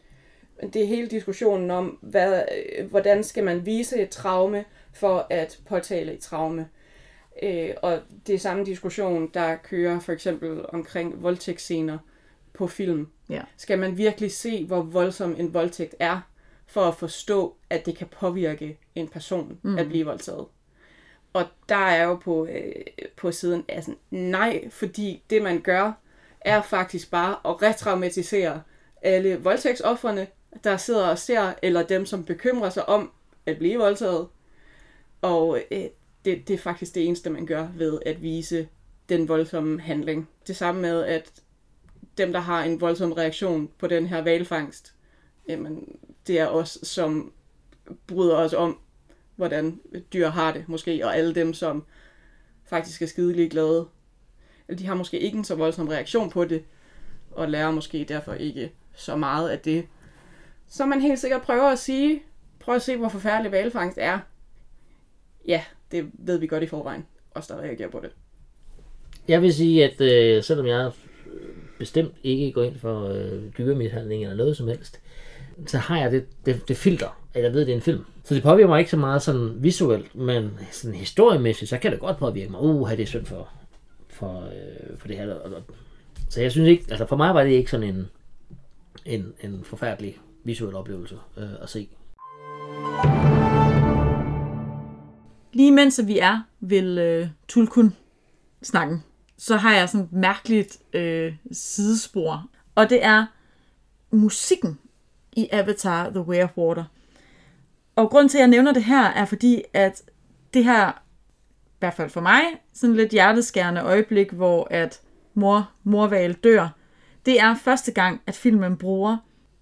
Det er hele diskussionen om, hvad, hvordan skal man vise et traume for at påtale et traume. Øh, og det er samme diskussion, der kører for eksempel omkring voldtægtsscener på film. Ja. Skal man virkelig se, hvor voldsom en voldtægt er, for at forstå, at det kan påvirke en person mm. at blive voldtaget? Og der er jo på, øh, på siden af sådan, nej, fordi det man gør, er faktisk bare at retraumatisere alle voldtægtsofferne, der sidder og ser, eller dem, som bekymrer sig om at blive voldtaget. Og øh, det, det er faktisk det eneste, man gør ved at vise den voldsomme handling. Det samme med, at dem, der har en voldsom reaktion på den her hvalfangst, jamen, det er os, som bryder os om, hvordan dyr har det, måske. Og alle dem, som faktisk er skidelig glade, de har måske ikke en så voldsom reaktion på det, og lærer måske derfor ikke så meget af det. Så man helt sikkert prøver at sige, prøv at se, hvor forfærdelig hvalfangst er. Ja, det ved vi godt i forvejen, os der reagerer på det. Jeg vil sige, at øh, selvom jeg bestemt ikke går ind for øh, dyremishandling eller noget som helst, så har jeg det, det, det filter, at jeg ved, at det er en film. Så det påvirker mig ikke så meget sådan visuelt, men sådan historiemæssigt, så kan det godt påvirke mig. Uh, det er synd for, for, øh, for det her. Så jeg synes ikke, altså for mig var det ikke sådan en, en, en forfærdelig visuel oplevelse øh, at se. Lige mens vi er ved øh, Tulkun-snakken, så har jeg sådan et mærkeligt øh, sidespor. Og det er musikken i Avatar The Way of Water. Og grunden til, at jeg nævner det her, er fordi, at det her, i hvert fald for mig, sådan lidt hjerteskærende øjeblik, hvor at mor, morval dør, det er første gang, at filmen bruger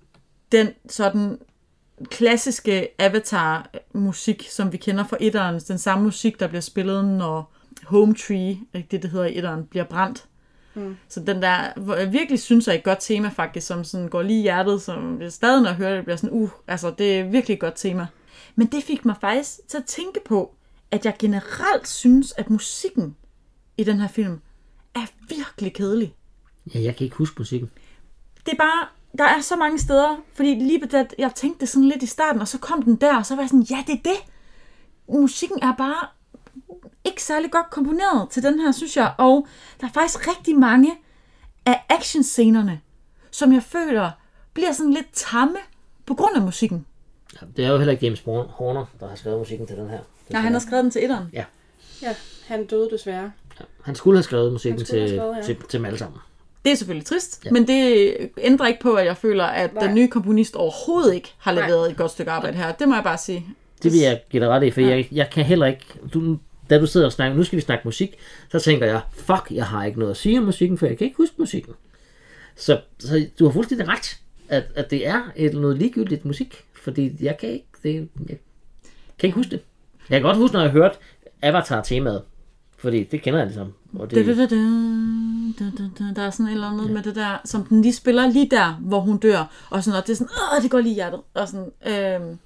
den sådan klassiske Avatar-musik, som vi kender fra etteren. Den samme musik, der bliver spillet, når Home Tree, det det hedder i etteren, bliver brændt. Mm. Så den der, hvor jeg virkelig synes er et godt tema faktisk, som sådan går lige i hjertet, som jeg stadig når jeg hører det, bliver sådan, uh, altså det er virkelig et godt tema. Men det fik mig faktisk til at tænke på, at jeg generelt synes, at musikken i den her film er virkelig kedelig. Ja, jeg kan ikke huske musikken. Det er bare, der er så mange steder, fordi lige på det, jeg tænkte det sådan lidt i starten, og så kom den der, og så var jeg sådan, ja, det er det. Musikken er bare ikke særlig godt komponeret til den her, synes jeg, og der er faktisk rigtig mange af actionscenerne, som jeg føler bliver sådan lidt tamme på grund af musikken. Ja, det er jo heller ikke James Horner, der har skrevet musikken til den her. Nej, han har skrevet den til etteren. Ja. Ja, han døde desværre. Ja, han skulle have skrevet musikken skulle have til, skrevet, ja. til, til dem alle sammen. Det er selvfølgelig trist, Ja. men det ændrer ikke på, at jeg føler, at Nej. den nye komponist overhovedet ikke har leveret Nej. et godt stykke arbejde her. Det må jeg bare sige. Det vil jeg give dig ret i, for jeg, jeg kan heller ikke... Du, da du sidder og snakker, nu skal vi snakke musik, så tænker jeg, fuck, jeg har ikke noget at sige om musikken, for jeg kan ikke huske musikken. Så, så du har fuldstændig ret, at, at det er et, noget ligegyldigt musik, fordi jeg kan ikke, det, jeg kan ikke huske det. Jeg kan godt huske, når jeg hørte Avatar-temaet, fordi det kender jeg ligesom. Og det, Da, da, da, da, da, da. Der er sådan et eller andet ja. med det der, som den lige spiller lige der, hvor hun dør, og sådan, og det er sådan, åh, det går lige i hjertet, og sådan, øhm,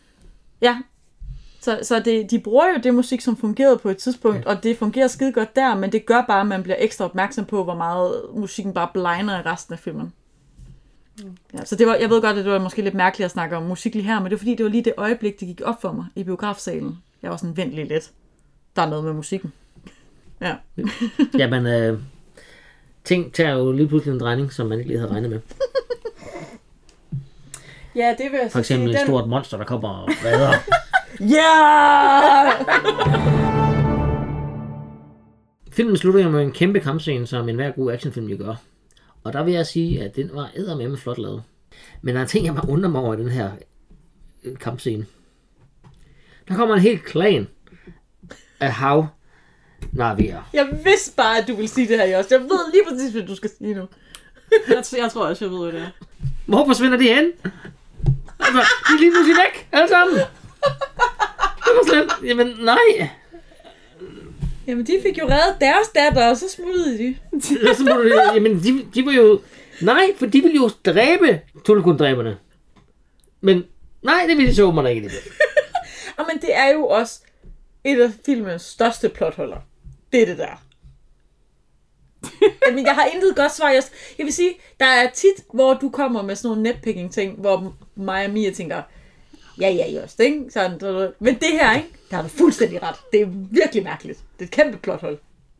ja. Så, så det, de bruger jo det musik, som fungerede på et tidspunkt, ja. og det fungerer skide godt der, men det gør bare, at man bliver ekstra opmærksom på, hvor meget musikken bare blinder i resten af filmen. Mm. Ja, så det var, jeg ved godt, at det var måske lidt mærkeligt at snakke om musik lige her, men det var fordi, det var lige det øjeblik, det gik op for mig i biografsalen. Jeg var sådan, vent lige lidt. Der er noget med musikken. Ja. Jamen, øh, ting tager jo lige pludselig en drejning, som man ikke lige havde regnet med. Ja, det vil jeg For så eksempel sige, et den... stort monster, der kommer og vader. Ja! Filmen slutter jo med en kæmpe kampscene, som enhver god actionfilm jo gør. Og der vil jeg sige, at den var eddermame flot lavet. Men der er ting, jeg bare undrer mig over i den her kampscene. Der kommer en helt klan af hav navier. Jeg vidste bare, at du ville sige det her, Jost. Jeg ved lige præcis, hvad du skal sige nu. Jeg, jeg tror også, jeg ved, hvad det er. Hvor forsvinder de hen? Altså, de er lige pludselig væk, alle sammen. Det var slet, jamen nej. Jamen, de fik jo reddet deres datter, og så smuttede de. Så må du, jamen, de, de var jo... Nej, for de ville jo dræbe Tulkun-dræberne. Men nej, det ville de så åbenbart ikke. Og men det er jo også et af filmens største plothuller. Det er det der. Jamen, jeg har intet godt svar. Jeg vil sige, der er tit, hvor du kommer med sådan nogle netpicking ting, hvor mig og Mia tænker, ja, ja, just, ikke? Sådan, men det her, ikke? Der har du fuldstændig ret. Det er virkelig mærkeligt. Det er et kæmpe plothul.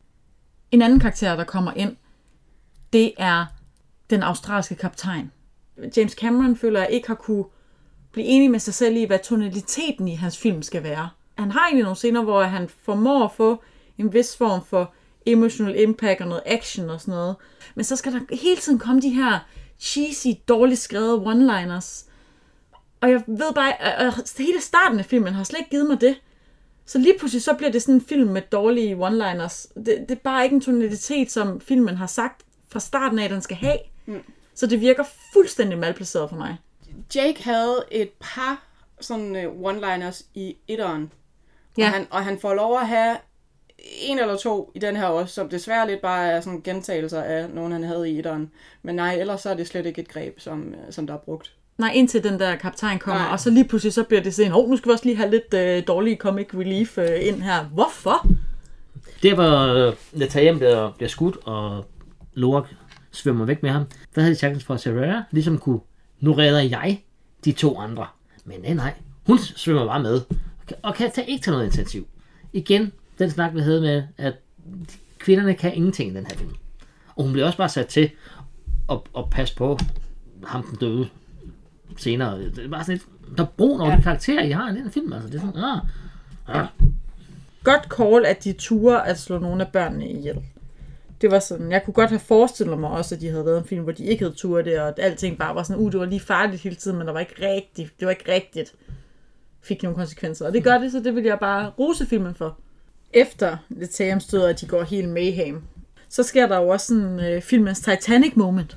En anden karakter, der kommer ind, det er den australske kaptajn. James Cameron føler, at jeg ikke har kunne blive enig med sig selv i, hvad tonaliteten i hans film skal være. Han har egentlig nogle scener, hvor han formår at få en vis form for emotional impact og noget action og sådan noget. Men så skal der hele tiden komme de her cheesy, dårligt skrevet one-liners. Og jeg ved bare, at hele starten af filmen har slet ikke givet mig det. Så lige pludselig så bliver det sådan en film med dårlige one-liners. Det, det er bare ikke en tonalitet, som filmen har sagt fra starten af, at den skal have. Mm. Så det virker fuldstændig malplaceret for mig. Jake havde et par sådan one-liners i etteren. Ja. Og, han, og han får lov at have en eller to i den her også, som desværre lidt bare er sådan gentagelser af nogen, han havde i etteren. Men nej, ellers så er det slet ikke et greb, som, som der er brugt. Nej, indtil den der kaptajn kommer, nej. Og så lige pludselig så bliver det sådan, åh, oh, nu skal vi også lige have lidt øh, dårlig comic relief øh, ind her. Hvorfor? Det var Nathaniel bliver, bliver skudt, og Lorak svømmer væk med ham. Der havde de chancen for, at Serena ligesom kunne, nu redder jeg de to andre. Men nej, nej, hun svømmer bare med, og kan tage, ikke tage noget initiativ. Igen, den snak, vi havde med, at kvinderne kan ingenting i den her film. Og hun bliver også bare sat til at, at passe på ham, den døde senere. Det er bare sådan lidt, der er brug over ja. de karakterer, I har i den her film. Altså, det er sådan, ah, ah. Godt call, at de turde at slå nogle af børnene ihjel. Det var sådan, jeg kunne godt have forestillet mig også, at de havde lavet en film, hvor de ikke havde turde det, og at alting bare var sådan, uh, det var lige farligt hele tiden, men der var ikke rigtigt, det var ikke rigtigt, fik nogle konsekvenser. Og det gør det, så det vil jeg bare rose filmen for. Efter Lethaeum støder, at de går helt mayhem, så sker der jo også sådan uh, filmens Titanic moment.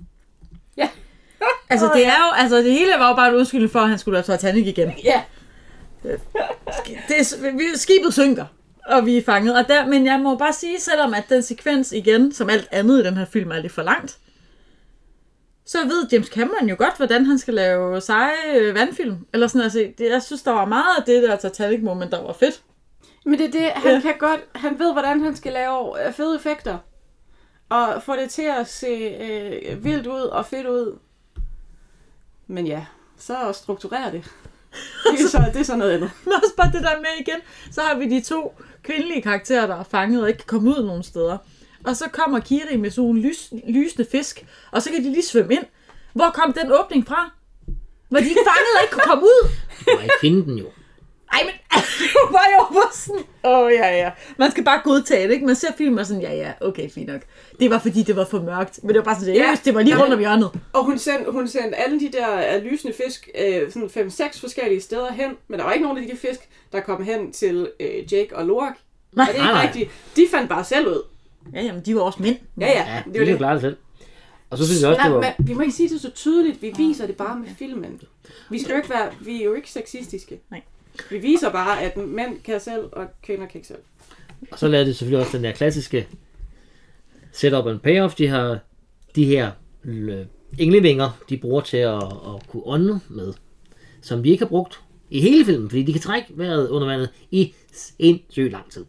Ja. Altså, det er jo, altså, det hele var jo bare et undskyldning for, at han skulle lave Titanic igen. Ja. Det er, skibet synker, og vi er fanget. Og der, men jeg må bare sige, selvom at den sekvens igen, som alt andet i den her film, er lidt for langt, så ved James Cameron jo godt, hvordan han skal lave seje vandfilm. Eller sådan, altså, det, jeg synes, der var meget af det der Titanic moment, der var fedt. Men det er det, han ja. kan godt, han ved, hvordan han skal lave fede effekter. Og få det til at se øh, vildt ud og fedt ud. Men ja, så strukturere det. Det er, så, det er så noget andet. Men også bare det der med igen, så har vi de to kvindelige karakterer, der er fanget og ikke kan komme ud nogen steder. Og så kommer Kiri med sådan en lys, lysende fisk, og så kan de lige svømme ind. Hvor kom den åbning fra? Hvor de ikke fangede og ikke kunne komme ud? Du må ikke finde den jo. Ej, men det var jo bare sådan, åh oh, ja, ja. Man skal bare godtage det, ikke? Man ser filmen og sådan, ja, ja, okay, fint nok. Det var fordi, det var for mørkt. Men det var bare sådan, ja, det var lige rundt om hjørnet. Og hun sendte, hun sendte alle de der lysende fisk, øh, sådan fem seks forskellige steder hen. Men der var ikke nogen af de fisk, der kom hen til øh, Jake og Lorak. Nej, og det er ikke rigtigt. De fandt bare selv ud. Ja, jamen, de var også mænd. Ja, ja. Ja, det var det. Klare det selv. Og så synes jeg også, Nej, det var... men, vi må ikke sige det så tydeligt. Vi viser det bare med filmen. Vi skal jo ikke være... Vi er jo ikke sexistiske. Nej. Vi viser bare, at mænd kan selv, og kvinder kan ikke selv. Og så lavede det selvfølgelig også den der klassiske setup and payoff. De har de her englevinger, de bruger til at, at kunne ånde med, som de ikke har brugt i hele filmen, fordi de kan trække vejret under vandet i sindssygt lang tid.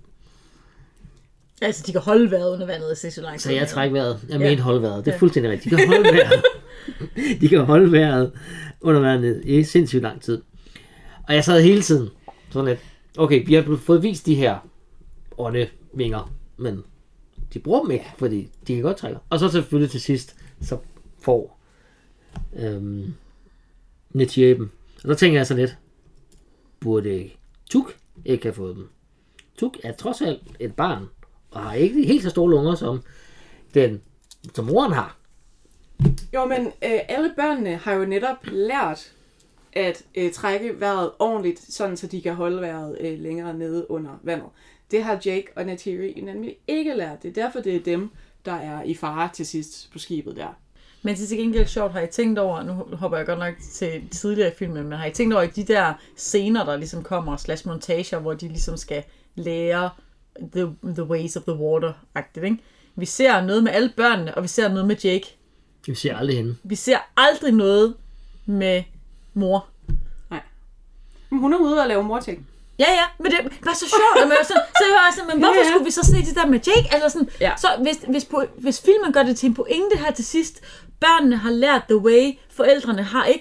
Altså, de kan holde vejret under vandet i sindssygt lang tid. Så jeg trækker vejret. Jeg mener holde vejret. Det er fuldstændig rigtigt. De kan holde vejret. De kan holde vejret under vandet i sindssygt lang tid. Og jeg sad hele tiden sådan lidt, okay, vi har fået vist de her åndevinger, men de bruger dem ikke, fordi de kan godt trække. Og så selvfølgelig til sidst, så får øhm, Netier dem. Og så tænker jeg så lidt, burde Tuk ikke have fået dem? Tuk er trods alt et barn, og har ikke helt så store lunger, som den, som moren har. Jo, men øh, alle børnene har jo netop lært at øh, trække vejret ordentligt, sådan så de kan holde vejret øh, længere nede under vandet. Det har Jake og Neytiri nemlig ikke lært. Det er derfor, det er dem, der er i fare til sidst på skibet der. Men det er til gengæld sjovt, har I tænkt over, nu hopper jeg godt nok til tidligere i filmen, men har I tænkt over de der scener, der ligesom kommer, slash montager, hvor de ligesom skal lære the, the ways of the water-agtigt, ikke? Vi ser noget med alle børnene, og vi ser noget med Jake. Vi ser aldrig hende. Vi ser aldrig noget med mor. Nej. Men hun er ude og lave morting. Ja, ja, men det var så sjovt. Og så, så jeg sådan, men hvorfor ja, ja. skulle vi så se det der med Jake? Altså sådan, ja. Så hvis, hvis, hvis filmen gør det til en pointe her til sidst, børnene har lært the way, forældrene har ikke.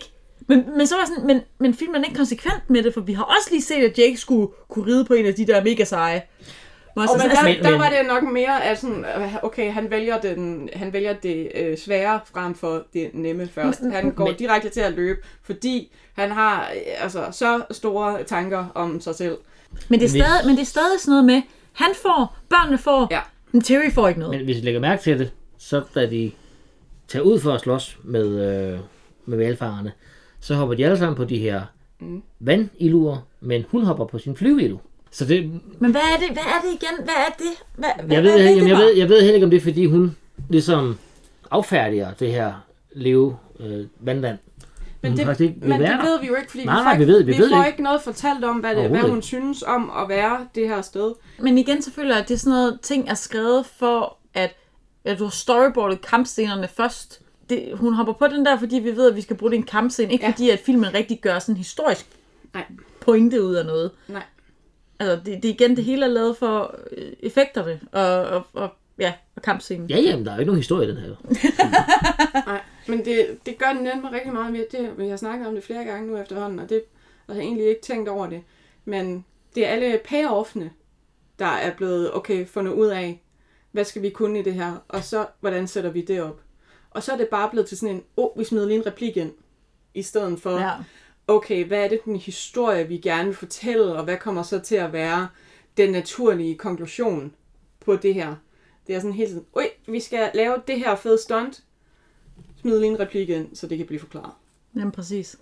Men, men så var sådan, men, men filmen er ikke konsekvent med det, for vi har også lige set, at Jake skulle kunne ride på en af de der mega seje. Og så, men altså, der, men- der men- var det nok mere, at sådan, okay, han vælger, den, han vælger det øh, svære frem for det nemme først. Han går men- direkte til at løbe, fordi han har øh, altså, så store tanker om sig selv. men, det er Hvis- stadig, men det er stadig sådan noget med, han får, børnene får, Ja. men Terry får ikke noget. Men hvis I lægger mærke til det, så da de tager ud for at slås med, øh, med valfarerne, så hopper de alle sammen på de her mm. vandiluer, men hun hopper på sin flyveilu. Så det, Men hvad er det, hvad er det igen? Hvad er det? Hvad, hvad, jeg, ved, hvad, hvad, jamen, det jeg, var? ved, jeg ved heller ikke, om det er, fordi hun ligesom affærdiger det her leve øh, vandland. Men Hun det, faktisk ikke vil men være det der. ved vi jo ikke, fordi Nej, vi, nej, får, vi ved- vi vi ved får ikke. ikke noget fortalt om, hvad, det, Overhovedet hvad hun ikke. synes om at være det her sted. Men igen selvfølgelig, at det er sådan noget, ting er skrevet for, at, at du har storyboardet kampscenerne først. Det, hun hopper på den der, fordi vi ved, at vi skal bruge det i en kampscene. Ikke Ja. ja. fordi, at filmen rigtig gør sådan en historisk Nej, pointe ud af noget. nej. Altså, det, det er igen, det hele er lavet for øh, effekterne og, og, og, ja, og kampscenen. Ja, jamen, der er jo ikke nogen historie i den her. jo. Nej, men det, det gør den nemlig rigtig meget mere. Det, vi har snakket om det flere gange nu efterhånden, og det og jeg har egentlig ikke tænkt over det. Men det er alle payoffene, der er blevet, okay, fundet ud af, hvad skal vi kunne i det her, og så, hvordan sætter vi det op. Og så er det bare blevet til sådan en, åh, oh, vi smider lige en replik ind, i stedet for, Ja. okay, hvad er det den historie, vi gerne vil fortælle, og hvad kommer så til at være den naturlige konklusion på det her. Det er sådan helt sådan, oj, vi skal lave det her fede stunt, smid lige en replik ind, så det kan blive forklaret. Jamen, præcis.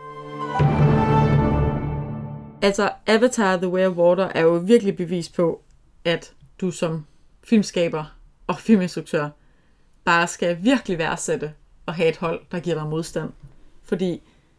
Altså, Avatar The Way of Water er jo virkelig bevis på, at du som filmskaber og filminstruktør bare skal virkelig værdsætte og have et hold, der giver dig modstand. Fordi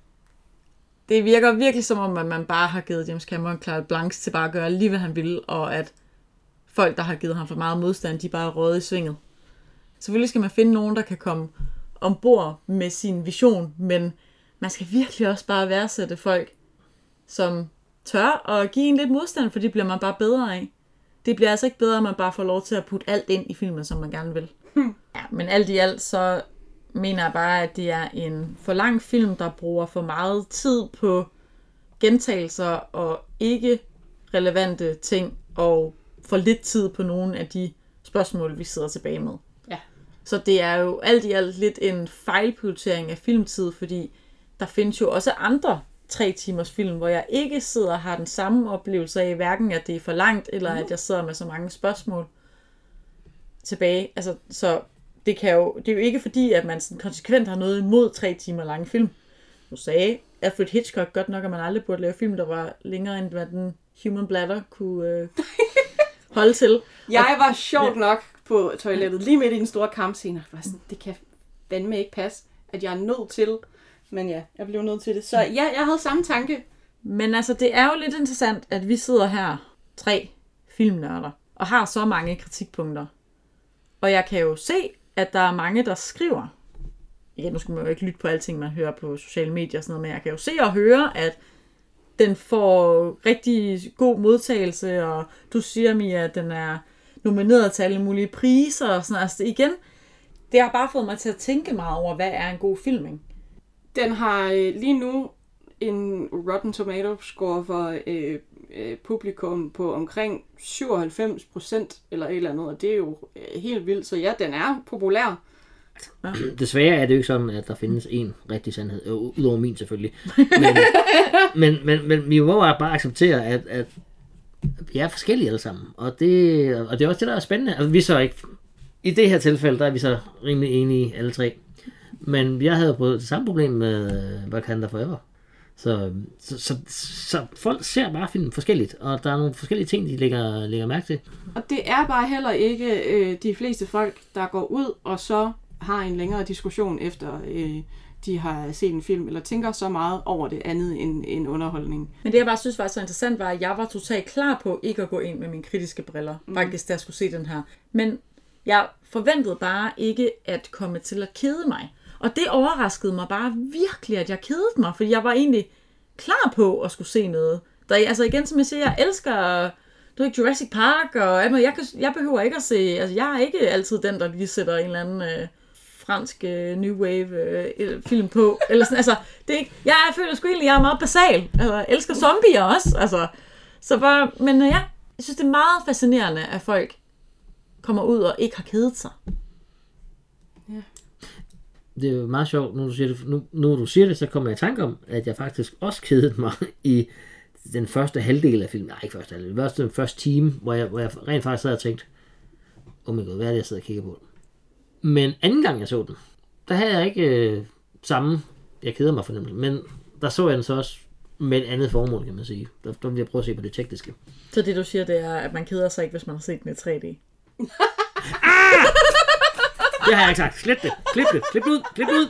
det virker virkelig som om, at man bare har givet James Cameron carte blanche til bare at gøre lige, hvad han vil, og at folk, der har givet ham for meget modstand, de bare er røde i svinget. Selvfølgelig skal man finde nogen, der kan komme ombord med sin vision, men man skal virkelig også bare værdsætte folk, som tør at give en lidt modstand, for det bliver man bare bedre af. Det bliver altså ikke bedre, at man bare får lov til at putte alt ind i filmen, som man gerne vil. Hmm. Ja, men alt i alt, så mener jeg bare, at det er en for lang film, der bruger for meget tid på gentagelser og ikke relevante ting, og for lidt tid på nogle af de spørgsmål, vi sidder tilbage med. Ja. Så det er jo alt i alt lidt en fejlprioritering af filmtid, fordi der findes jo også andre tre timers film, hvor jeg ikke sidder og har den samme oplevelse af, hverken at det er for langt, eller at jeg sidder med så mange spørgsmål tilbage. Altså, så det, kan jo, det er jo ikke fordi, at man sådan konsekvent har noget imod tre timer lange film. Du sagde Alfred Hitchcock godt nok, at man aldrig burde lave film, der var længere end hvad den Human Bladder kunne øh, holde til. Jeg var sjovt nok på toilettet, lige midt i den store kampscene, og var sådan, det kan fandme ikke passe, at jeg er nødt til, men ja, jeg blev nødt til det. Så ja, jeg havde samme tanke. Men altså, det er jo lidt interessant, at vi sidder her, tre filmnørder, og har så mange kritikpunkter. Og jeg kan jo se, at der er mange, der skriver. Ja, nu skal man jo ikke lytte på alting, man hører på sociale medier og sådan noget, men jeg kan jo se og høre, at den får rigtig god modtagelse, og du siger, Mia, at den er nomineret til alle mulige priser og sådan noget. Altså igen, det har bare fået mig til at tænke meget over, hvad er en god film, ikke? Den har øh, lige nu en Rotten Tomatoes score for øh, øh, publikum på omkring syvoghalvfems procent eller et eller andet, og det er jo øh, helt vildt. Så ja, den er populær. Desværre er det jo ikke sådan, at der findes en rigtig sandhed, øh, udover min selvfølgelig. Men, men, men, men vi må bare acceptere, at, at vi er forskellige alle sammen, og det, og det er også det, der er spændende. Altså, vi så ikke, i det her tilfælde, der er vi så rimelig enige alle tre. Men jeg havde jo det samme problem med Wakanda Forever. Så, så, så, så folk ser bare filmen forskelligt, og der er nogle forskellige ting, de lægger, lægger mærke til. Og det er bare heller ikke øh, de fleste folk, der går ud og så har en længere diskussion efter øh, de har set en film, eller tænker så meget over det andet end, end underholdning. Men det, jeg bare synes var så interessant, var, at jeg var totalt klar på ikke at gå ind med mine kritiske briller, mm. faktisk, da jeg skulle se den her. Men jeg forventede bare ikke at komme til at kede mig. Og det overraskede mig bare virkelig, at jeg kedede mig, fordi jeg var egentlig klar på at skulle se noget. Der, altså igen, som jeg siger, jeg elsker du ved, Jurassic Park, og jeg, kan, jeg behøver ikke at se, altså jeg er ikke altid den, der lige sætter en eller anden øh, fransk uh, New Wave uh, film på. Eller sådan, altså, det er ikke, jeg føler sgu egentlig, jeg er meget basal. Altså, jeg elsker zombier også. Altså, så bare, men uh, ja, jeg synes, det er meget fascinerende, at folk kommer ud og ikke har kedet sig. Ja. Det er jo meget sjovt, når du siger det, nu, når du siger det, så kommer jeg i tanke om, at jeg faktisk også kedede mig i den første halvdel af filmen. Nej, ikke første halvdel. Det var den første time, hvor jeg, hvor jeg rent faktisk sad og tænkte, oh my god, hvad er det, jeg sidder og kigger på? Men anden gang jeg så den, der havde jeg ikke øh, samme, jeg keder mig fornemmelse, men der så jeg den så også med et andet formål, kan man sige. Der, der vil jeg prøve at se på det tekniske. Så det du siger, det er, at man keder sig ikke, hvis man har set den i tre D? Ah! Det har jeg ikke sagt. Slet det. Klip det. Klip det ud. Klip det ud.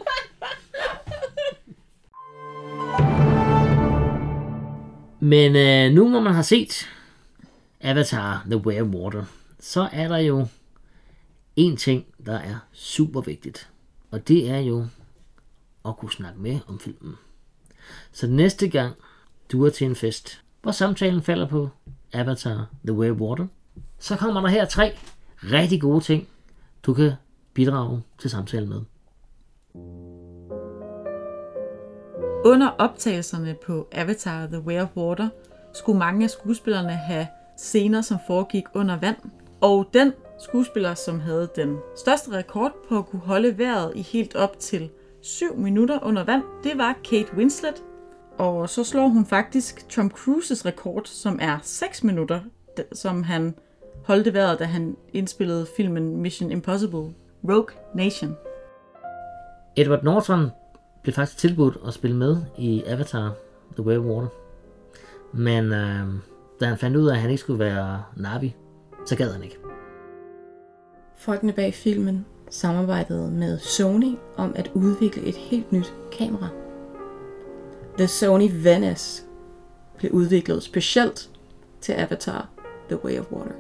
Men øh, nu hvor man har set Avatar The Way of Water, så er der jo en ting, der er super vigtigt. Og det er jo at kunne snakke med om filmen. Så næste gang du er til en fest, hvor samtalen falder på Avatar The Way of Water, så kommer der her tre rigtig gode ting, du kan bidrage til samtalen med. Under optagelserne på Avatar The Way of Water skulle mange af skuespillerne have scener, som foregik under vand. Og den skuespiller, som havde den største rekord på at kunne holde vejret i helt op til syv minutter under vand, det var Kate Winslet. Og så slår hun faktisk Tom Cruises rekord, som er seks minutter, som han holdte vejret, da han indspillede filmen Mission Impossible Rogue Nation. Edward Norton blev faktisk tilbudt at spille med i Avatar The Way of Water. Men øh, da han fandt ud af, at han ikke skulle være Na'vi, så gad han ikke. Folkene bag filmen samarbejdede med Sony om at udvikle et helt nyt kamera. The Sony Venice blev udviklet specielt til Avatar The Way of Water.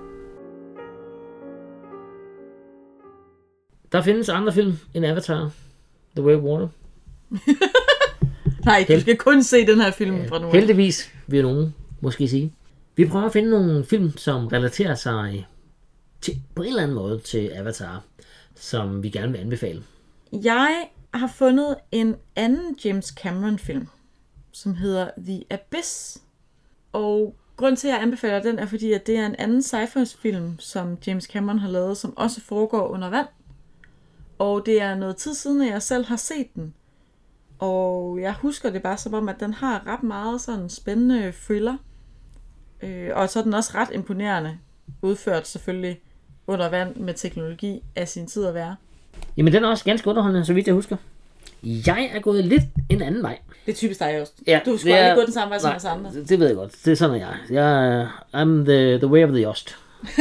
Der findes andre film end Avatar The Way of Water. Nej, du skal kun se den her film fra nu af. Heldigvis, vil nogen måske sige. Vi prøver at finde nogle film, som relaterer sig til, på en eller anden måde til Avatar, som vi gerne vil anbefale. Jeg har fundet en anden James Cameron film, som hedder The Abyss. Og grund til, at jeg anbefaler den, er fordi, at det er en anden sci-fi film, som James Cameron har lavet, som også foregår under vand. Og det er noget tid siden, at jeg selv har set den. Og jeg husker det bare som om, at den har ret meget sådan spændende thriller. Øh, og så er den også ret imponerende. Udført selvfølgelig under vand med teknologi af sin tid at være. Jamen den er også ganske underholdende, så vidt jeg husker. Jeg er gået lidt en anden vej. Det er typisk dig også. Ja, du skulle aldrig gå den samme vej som os andre. Det ved jeg godt. Det er sådan, jeg er. Jeg I'm the, the way of the Yost.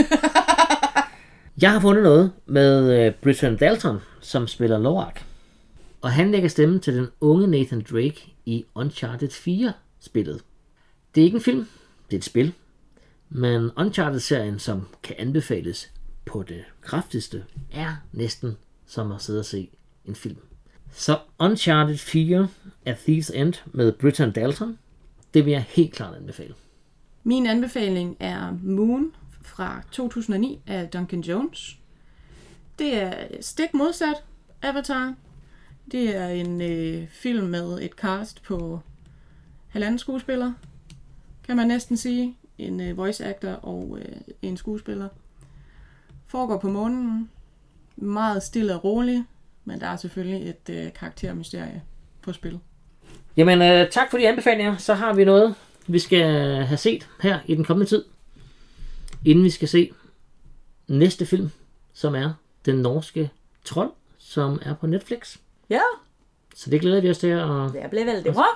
Jeg har fundet noget med uh, Britton Dalton, som spiller Lorak. Og han lægger stemme til den unge Nathan Drake i Uncharted fire-spillet. Det er ikke en film, det er et spil. Men Uncharted-serien, som kan anbefales på det kraftigste, er næsten som at sidde og se en film. Så Uncharted fire A Thief's End med Britton Dalton, det vil jeg helt klart anbefale. Min anbefaling er Moon fra to tusind og ni af Duncan Jones. Det er stik modsat Avatar. Det er en øh, film med et cast på halvanden skuespiller, kan man næsten sige. En øh, voice actor og øh, en skuespiller. Foregår på månen. Meget stille og rolig, men der er selvfølgelig et øh, karaktermysterie på spil. Jamen, øh, tak for de anbefalinger. Så har vi noget, vi skal have set her i den kommende tid. Inden vi skal se næste film, som er Den norske trold, som er på Netflix. Ja. Så det glæder vi os til at... Det bliver vældig bra.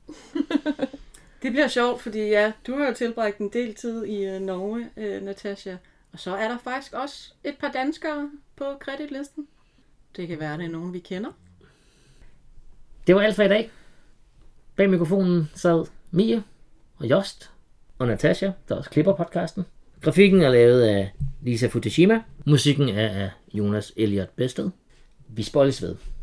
Det bliver sjovt, fordi ja, du har jo tilbragt en del tid i uh, Norge, uh, Natasha. Og så er der faktisk også et par danskere på kreditlisten. Det kan være, det er nogen, vi kender. Det var alt for i dag. Bag mikrofonen sad Mia og Jost og Natasha, der også klipper podcasten. Grafikken er lavet af Lisa Futashima. Musikken er af Jonas Elliot Bested. Vi spøjles ved.